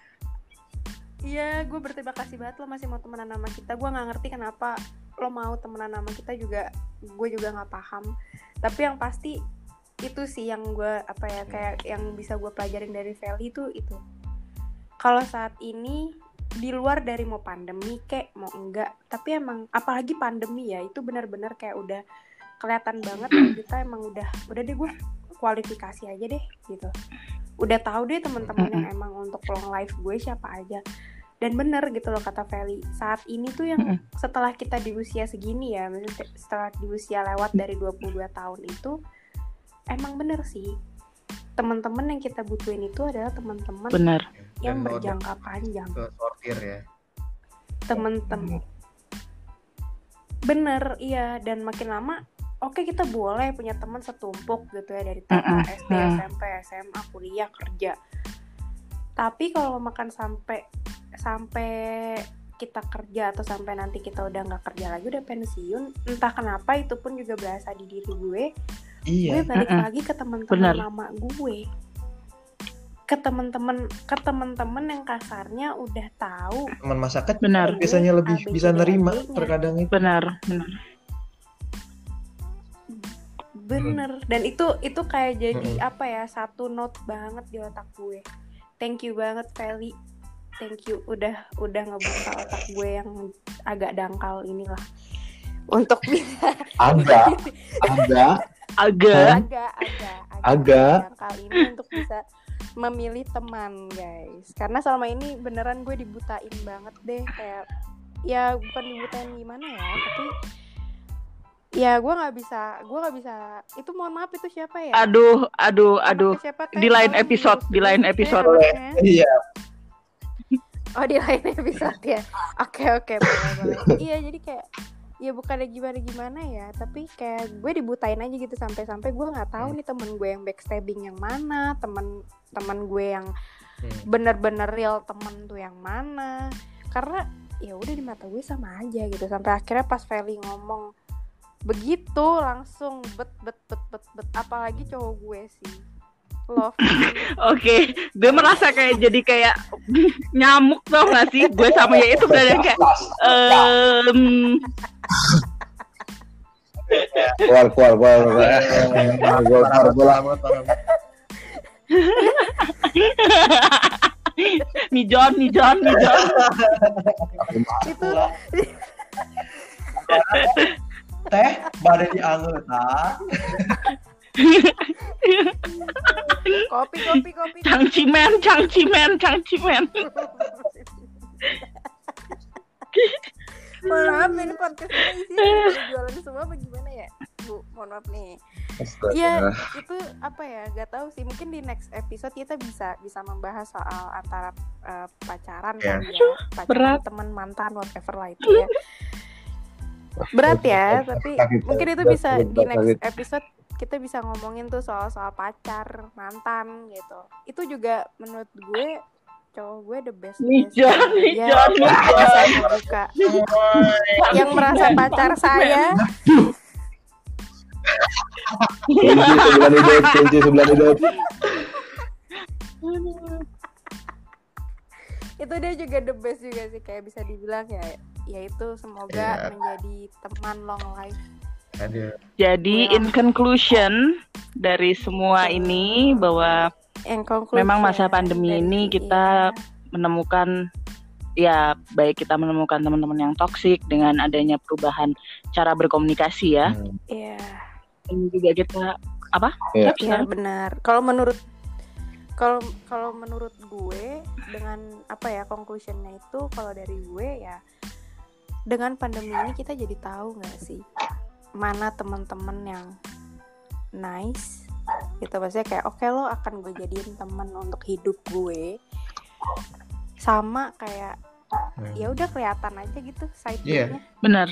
gue berterima kasih banget lo masih mau temenan sama kita. Gue nggak ngerti kenapa lo mau temenan sama kita juga, gue juga nggak paham. Tapi yang pasti itu sih yang gue kayak yang bisa gue pelajarin dari Feli itu. Kalau saat ini di luar dari mau pandemi kayak mau enggak, tapi emang apalagi pandemi ya, itu benar-benar kayak udah kelihatan banget kita emang udah deh, gue kualifikasi aja deh gitu. Udah tahu deh teman-teman yang emang untuk long life gue siapa aja. Dan bener gitu loh kata Feli, saat ini tuh yang setelah kita di usia segini ya, setelah di usia lewat dari 22 tahun itu, emang bener sih teman-teman yang kita butuhin itu adalah teman-teman yang berjangka panjang. Sortir ya. Teman-teman. Bener, iya. Dan makin lama, oke, kita boleh punya teman setumpuk gitu ya, dari TK, SD, SMP, SMA, kuliah, kerja. Tapi kalau makan sampai kita kerja atau sampai nanti kita udah nggak kerja lagi, udah pensiun, entah kenapa itu pun juga berasa di diri gue. Gue balik lagi ke teman-teman lama gue, ke teman-teman yang kasarnya udah tahu. Teman masa kecil biasanya lebih bisa nerima terkadang itu. Benar. Bener. Dan itu kayak jadi apa ya, satu note banget di otak gue. Thank you banget Feli. Thank you udah ngebuka otak gue yang agak dangkal inilah untuk bisa agak dangkal ini untuk bisa memilih teman, guys. Karena selama ini beneran gue dibutain banget deh, kayak ya bukan dibutain gimana ya, tapi ya gue nggak bisa itu, mohon maaf itu siapa ya, aduh siapa, di lain episode Iya. Oh, di lain episode ya. Oke, boleh. Iya, jadi kayak ya bukannya gimana ya, tapi kayak gue dibutain aja gitu sampai gue nggak tahu nih temen gue yang backstabbing yang mana, teman gue yang bener-bener real temen tuh yang mana. Karena ya udah di mata gue sama aja gitu, sampai akhirnya pas Feli ngomong begitu langsung bet apalagi cowok gue sih love. Oke, gue merasa kayak jadi kayak nyamuk, tau gak sih? Gue sama ya itu benar kayak keluar. Mijon. Itu Teh badai dianget, kopi. Cangcimen. Maaf, ini podcastnya isinya jualan semua bagaimana ya, Bu? Mohon maaf nih. Iya, itu apa ya? Gak tahu sih. Mungkin di next episode kita bisa membahas soal antara pacaran kan ya, pacaran, teman, mantan, whatever lah itu ya. Berat ya, tapi mungkin itu bisa di next episode kita bisa ngomongin tuh soal pacar, mantan gitu. Itu juga menurut gue cowok gue the best. Mijon. Bisa membuka yang merasa pacar saya. Kunci sebelah hidup. Itu dia juga the best juga sih, kayak bisa dibilang ya itu semoga menjadi teman long life. Jadi in conclusion dari semua ini bahwa memang masa pandemi ini kita menemukan, ya baik kita menemukan teman-teman yang toksik dengan adanya perubahan cara berkomunikasi ya. Iya. Ini juga kita apa? Iya benar. Kalau menurut gue dengan apa ya, conclusionnya itu kalau dari gue ya, dengan pandemi ini kita jadi tahu nggak sih mana teman-teman yang nice gitu, maksudnya kayak oke, lo akan gue jadiin teman untuk hidup gue, sama kayak ya udah kelihatan aja gitu side-nya. Benar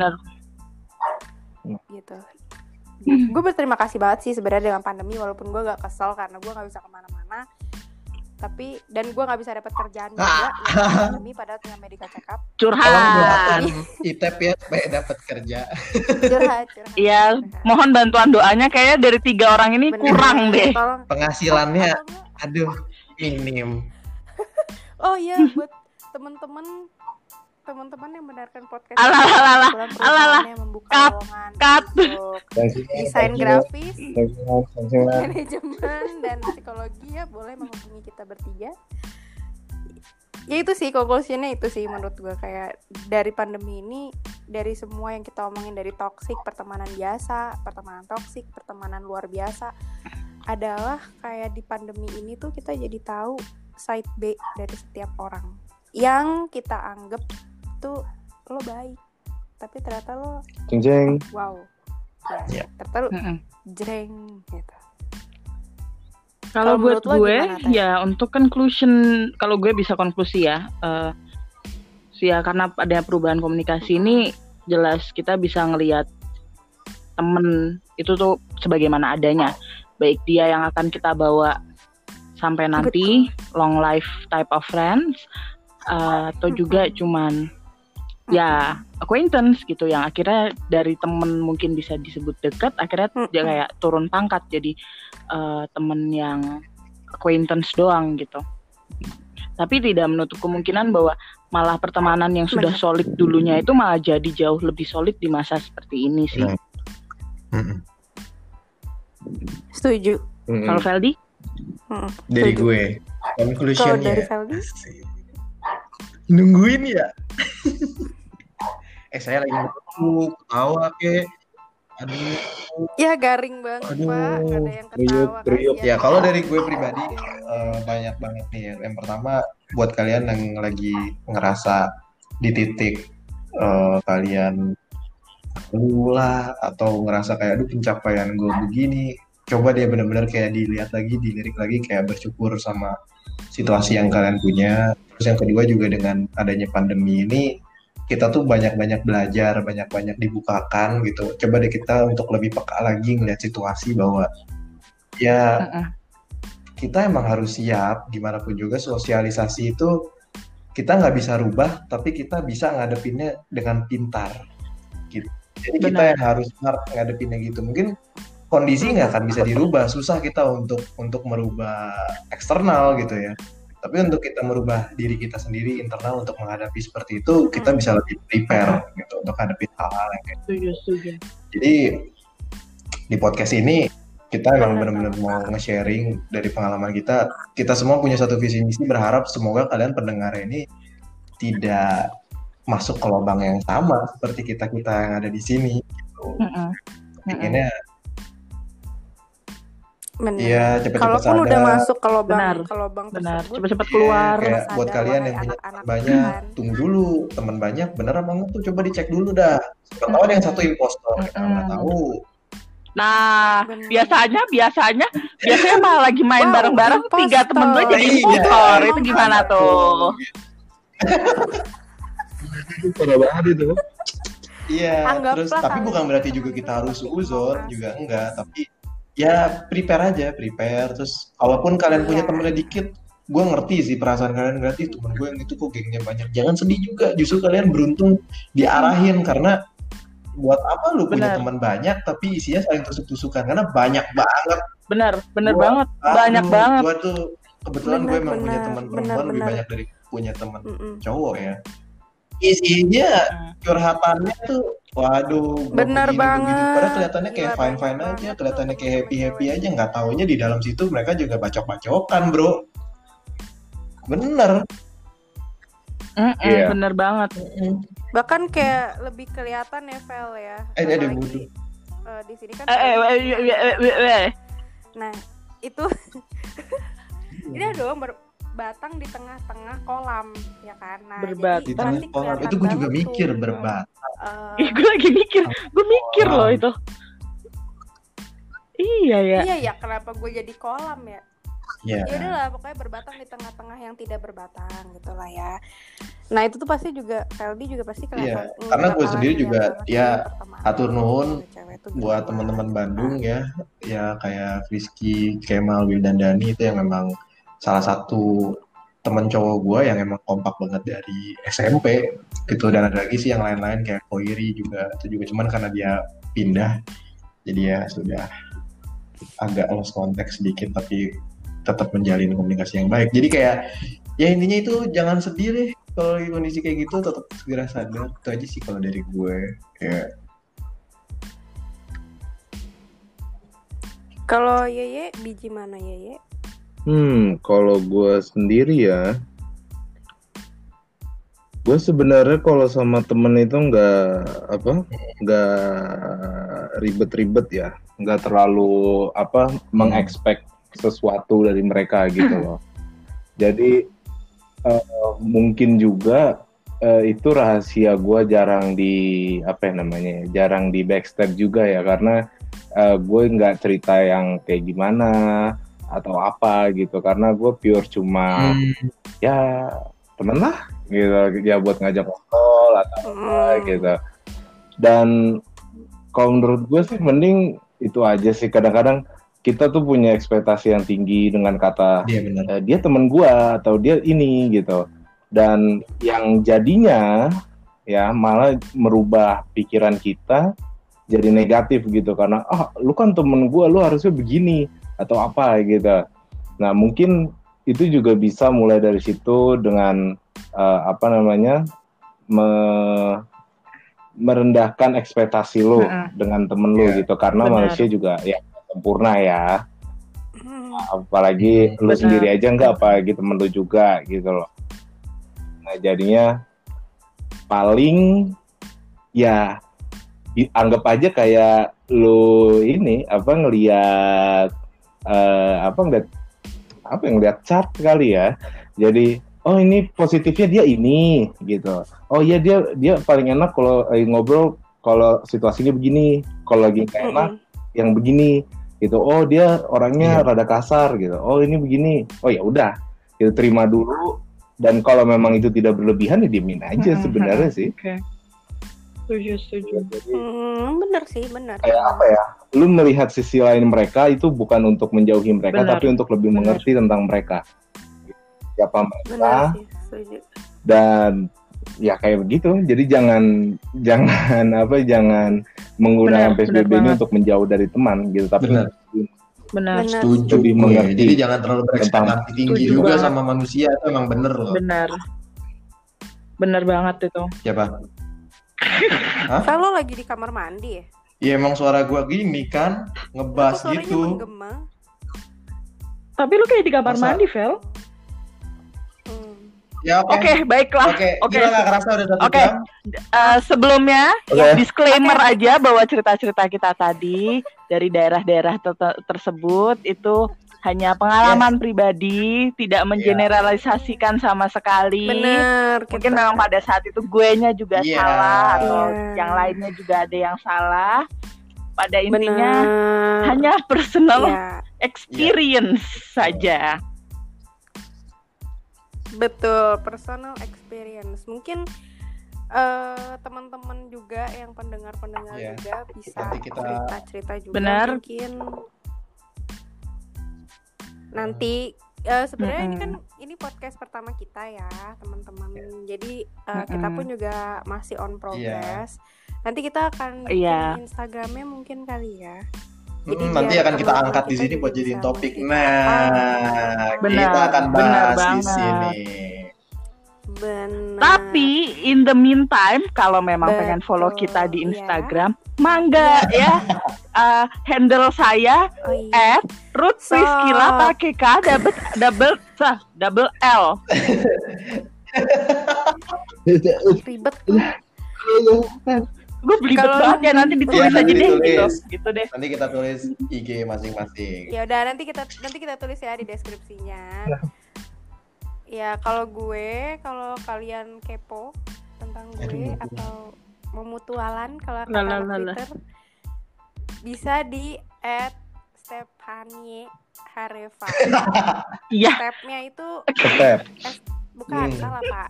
gitu. Gue berterima kasih banget sih sebenarnya dengan pandemi, walaupun gue gak kesel karena gue gak bisa kemana-mana, tapi dan gue gak bisa dapat kerjaan juga pandemi, padahal tinggal medical check up. Curhat Itep ya supaya dapat kerja. Curhat. Iya, mohon bantuan doanya, kayaknya dari 3 orang ini kurang deh. Penghasilannya aduh minim. Oh iya, buat teman-teman yang mendengarkan podcast Alah, yang membuka lowongan untuk desain grafis, manajemen dan psikologi, ya boleh menghubungi kita bertiga. Ya itu sih conclusionnya, itu sih menurut gue, kayak dari pandemi ini, dari semua yang kita omongin, dari toksik, pertemanan biasa, pertemanan toksik, pertemanan luar biasa, adalah kayak di pandemi ini tuh kita jadi tahu side B dari setiap orang yang kita anggap tuh lo baik, tapi ternyata lo jeng wow ya, ternyata lo jreng gitu. Kalau buat gue ya, untuk conclusion, kalau gue bisa konklusi ya, ya karena adanya perubahan komunikasi ini, jelas kita bisa ngelihat temen itu tuh sebagaimana adanya, baik dia yang akan kita bawa sampai nanti long life type of friends, atau juga cuman ya acquaintance gitu, yang akhirnya dari temen mungkin bisa disebut dekat, akhirnya dia kayak turun pangkat jadi temen yang acquaintance doang gitu. Tapi tidak menutup kemungkinan bahwa malah pertemanan yang sudah solid dulunya itu malah jadi jauh lebih solid di masa seperti ini sih. Setuju. Kalau Feldi? Dari Setuju. gue, Kalau conclusionnya dari Feldi? nungguin ya. Saya lagi nunggu, ketawa kek. Aduh, Ya garing banget Pak, nggak ada yang ketawa. Kriuk. kasihan. ya kalau dari gue pribadi banyak banget nih. Yang pertama buat kalian yang lagi ngerasa di titik kalian lah atau ngerasa kayak aduh pencapaian gue begini, coba deh benar-benar kayak dilihat lagi, dilirik lagi, kayak bersyukur sama situasi yang kalian punya. Terus yang kedua juga dengan adanya pandemi ini kita tuh banyak-banyak belajar, banyak-banyak dibukakan gitu. Coba deh kita untuk lebih peka lagi ngeliat situasi bahwa ya kita emang harus siap gimana pun juga. Sosialisasi itu kita nggak bisa rubah, tapi kita bisa ngadepinnya dengan pintar gitu. Jadi kita yang harus smart ngadepinnya gitu. Mungkin kondisi nggak akan bisa dirubah, susah kita untuk merubah eksternal gitu ya. Tapi untuk kita merubah diri kita sendiri internal untuk menghadapi seperti itu, kita bisa lebih prepare gitu untuk menghadapi hal-hal yang kayak gitu. Jadi di podcast ini kita memang benar-benar mau nge-sharing dari pengalaman kita. Kita semua punya satu visi misi, berharap semoga kalian pendengar ini tidak masuk ke lubang yang sama seperti kita yang ada di sini. Gitu. Inginnya iya, cepet-cepet Kalaupun sadar. udah masuk ke lubang tersebut, cepet-cepet keluar. Kayak buat kalian yang punya teman banyak, tunggu dulu. Teman banyak, bener apa enggak tuh? Coba dicek dulu dah. Siapa tahu ada yang satu impostor, kita nggak tahu. Nah, biasanya malah lagi main bareng-bareng 3 temen gue jadi impostor. Itu gimana tuh? Parah banget itu. Iya, Anggaplah terus tapi bukan berarti juga kita harus suuzon, juga enggak. Tapi ya prepare aja. Terus kalaupun kalian punya temennya dikit, gue ngerti sih perasaan kalian, ngerti temen gue yang itu kok gengnya banyak. Jangan sedih juga, justru kalian beruntung diarahin. Karena buat apa lu punya teman banyak tapi isinya saling tusuk-tusukan, karena banyak banget. Bener banget, banyak banget. Gue tuh kebetulan gue emang punya teman perempuan lebih banyak dari punya teman cowok ya. Isinya curhatannya tuh waduh, bener banget. Padahal kelihatannya kayak fine aja, kelihatannya kayak happy aja, nggak taunya di dalam situ mereka juga bacok-bacokan, bro. Bener. Bener banget. Bahkan kayak lebih kelihatan ya, Vel ya. Ada wudhu. Di sini kan. Nah, itu ini dong berbatang di tengah-tengah kolam, ya kan? Nah, berbatang di tengah kolam. Itu gue juga mikir berbatang. Gue lagi mikir, loh itu. Iya ya, kenapa gue jadi kolam ya? Ya udahlah, pokoknya berbatang di tengah-tengah yang tidak berbatang gitulah ya. Nah itu tuh pasti juga Feldi juga pasti kelihatan. Karena gue sendiri juga ya atur nuhun buat teman-teman Bandung ya kayak Rizky, Kemal, Wildan, Dani itu yang memang salah satu teman cowok gue yang emang kompak banget dari SMP gitu. Dan ada lagi sih yang lain-lain kayak Koiri juga, itu juga cuman karena dia pindah jadi ya sudah agak lost konteks sedikit, tapi tetap menjalin komunikasi yang baik. Jadi kayak ya intinya itu jangan sedih deh kalau kondisi kayak gitu, tetap segera sadar. Itu aja sih kalau dari gue ya. Kalau Yeye biji mana Yeye? Kalau gue sendiri ya, gue sebenarnya kalau sama temen itu nggak ribet-ribet ya, nggak terlalu mengekspek sesuatu dari mereka gitu loh. Jadi mungkin juga itu rahasia gue jarang di backstab juga ya, karena gue nggak cerita yang kayak gimana atau apa gitu, karena gue pure cuma ya temen lah gitu ya, buat ngajak ngobrol atau apa gitu. Dan kalau menurut gue sih mending itu aja sih. Kadang-kadang kita tuh punya ekspektasi yang tinggi dengan kata dia temen gue atau dia ini gitu, dan yang jadinya ya malah merubah pikiran kita jadi negatif gitu, karena lu kan temen gue, lu harusnya begini atau apa gitu. Nah mungkin itu juga bisa mulai dari situ dengan merendahkan ekspektasi lu dengan temen lu gitu, karena manusia juga ya sempurna ya. Apalagi lu sendiri aja enggak, apalagi temen lu juga gitu loh. Nah jadinya paling ya anggap aja kayak lu ini ngelihat ngelihat chart kali ya. Jadi oh ini positifnya dia ini gitu. Oh iya dia paling enak kalau ngobrol kalau situasinya begini. Kalau lagi nggak enak yang begini gitu. Oh dia orangnya rada kasar gitu. Oh ini begini. Oh ya udah kita terima dulu. Dan kalau memang itu tidak berlebihan ya diemin aja sebenarnya sih. Okay. Setuju. Bener sih, bener. Kayak apa ya? Lu melihat sisi lain mereka itu bukan untuk menjauhi mereka, tapi untuk lebih mengerti tentang mereka. Siapa mereka? Sih, dan ya kayak begitu. Jadi jangan menggunakan PSBB ini untuk menjauh dari teman gitu. Tapi benar. Setuju. Lebih mengerti. Jadi jangan terlalu berekspektasi tinggi juga sama manusia, itu emang bener loh. Bener banget itu. Siapa? Kalau lagi di kamar mandi ya? Iya emang suara gua gini kan, ngebas gitu. Menggema. Tapi lu kayak di kamar mandi, Vel. Ya Oke, baiklah. Oke. Gila nggak kerasa udah 1 jam. Sebelumnya disclaimer aja bahwa cerita-cerita kita tadi dari daerah-daerah tersebut itu hanya pengalaman pribadi, tidak mengeneralisasikan sama sekali. Bener. Mungkin memang pada saat itu guenya juga salah atau yang lainnya juga ada yang salah. Pada intinya hanya personal experience saja. Betul, personal experience. Mungkin teman-teman juga yang pendengar-pendengar juga bisa cerita-cerita juga. Benar. Mungkin nanti sebenarnya ini podcast pertama kita ya, teman-teman. Jadi kita pun juga masih on progress. Nanti kita akan bikin Instagramnya mungkin kali ya. Jadi nanti akan kita angkat di sini buat jadiin topik. Nah, kita akan bahas di sini. Benar. Tapi in the meantime, kalau memang pengen follow kita di Instagram, mangga ya. Handle saya @ruthpriscilla pakai K double L. Ribet. Gue belibet banget ya, nanti ditulis aja deh gitu deh. Nanti kita tulis IG masing-masing. Ya udah nanti kita tulis ya di deskripsinya. Ya kalau kalian kepo tentang gue atau mau mutualan kalau kata Twitter bisa di @Stephanie Hareva. Iya. Stepnya itu bukan salah Pak.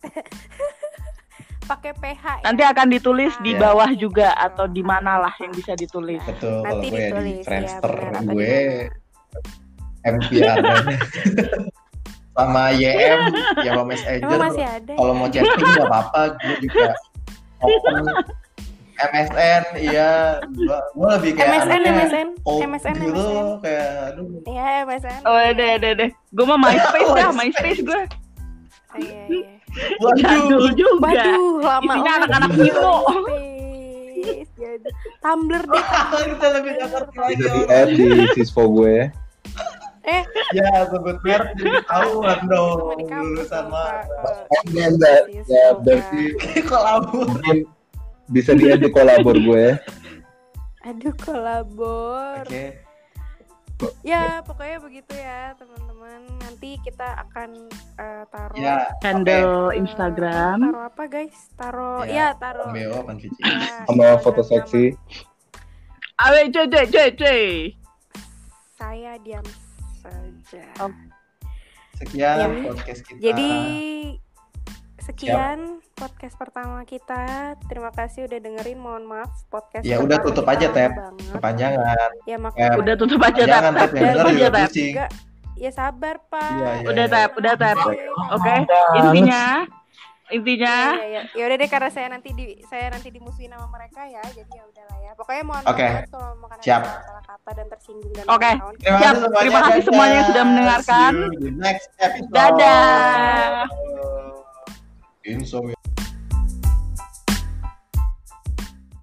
Pakai PH. Nanti akan ditulis di bawah juga atau di mana lah yang bisa ditulis. Betul. Nanti kalau gue ditulis di Friendster ya, gue MPR sama YM ya sama Messenger. Kalau mau chatting nggak apa-apa, gue juga open MSN. Iya, gue lebih kayak MSN gitu kayak aduh. Iya MSN. Oh deh. Gue mah MySpace gue. Iya. Jadul juga. Waduh, lama. Isinya anak-anak Nimo. Tumblr deh. Kita lebih bisa di-add di sispo gue. Ya sebut merek jadi tahuan dong lulusan mah. Ya berarti kolabor. Mungkin bisa di-add di kolabor gue. Aduh kolabor. Oke. Ya pokoknya begitu ya teman-teman. Nanti kita akan taruh handle Instagram. Taruh apa guys? Taruh BO kan Vici. Sama foto seksi. Awe C. Saya diam saja. Sekian podcast kita. Jadi sekian podcast pertama kita. Terima kasih udah dengerin. Mohon maaf podcast. Ya udah tutup aja Tep. Kepanjangan. Ya makanya. Udah tutup aja Tep. Ya sabar Pak. Udah Tep. Oke. Intinya. Ya udah deh karena saya nanti dimusuhin sama mereka ya. Jadi ya udahlah ya. Pokoknya mohon maaf kalau makan salah kata dan tersinggung dan kawan-kawan. Siap. Terima kasih semuanya yang sudah mendengarkan. Next episode. Dadah. Insomnia.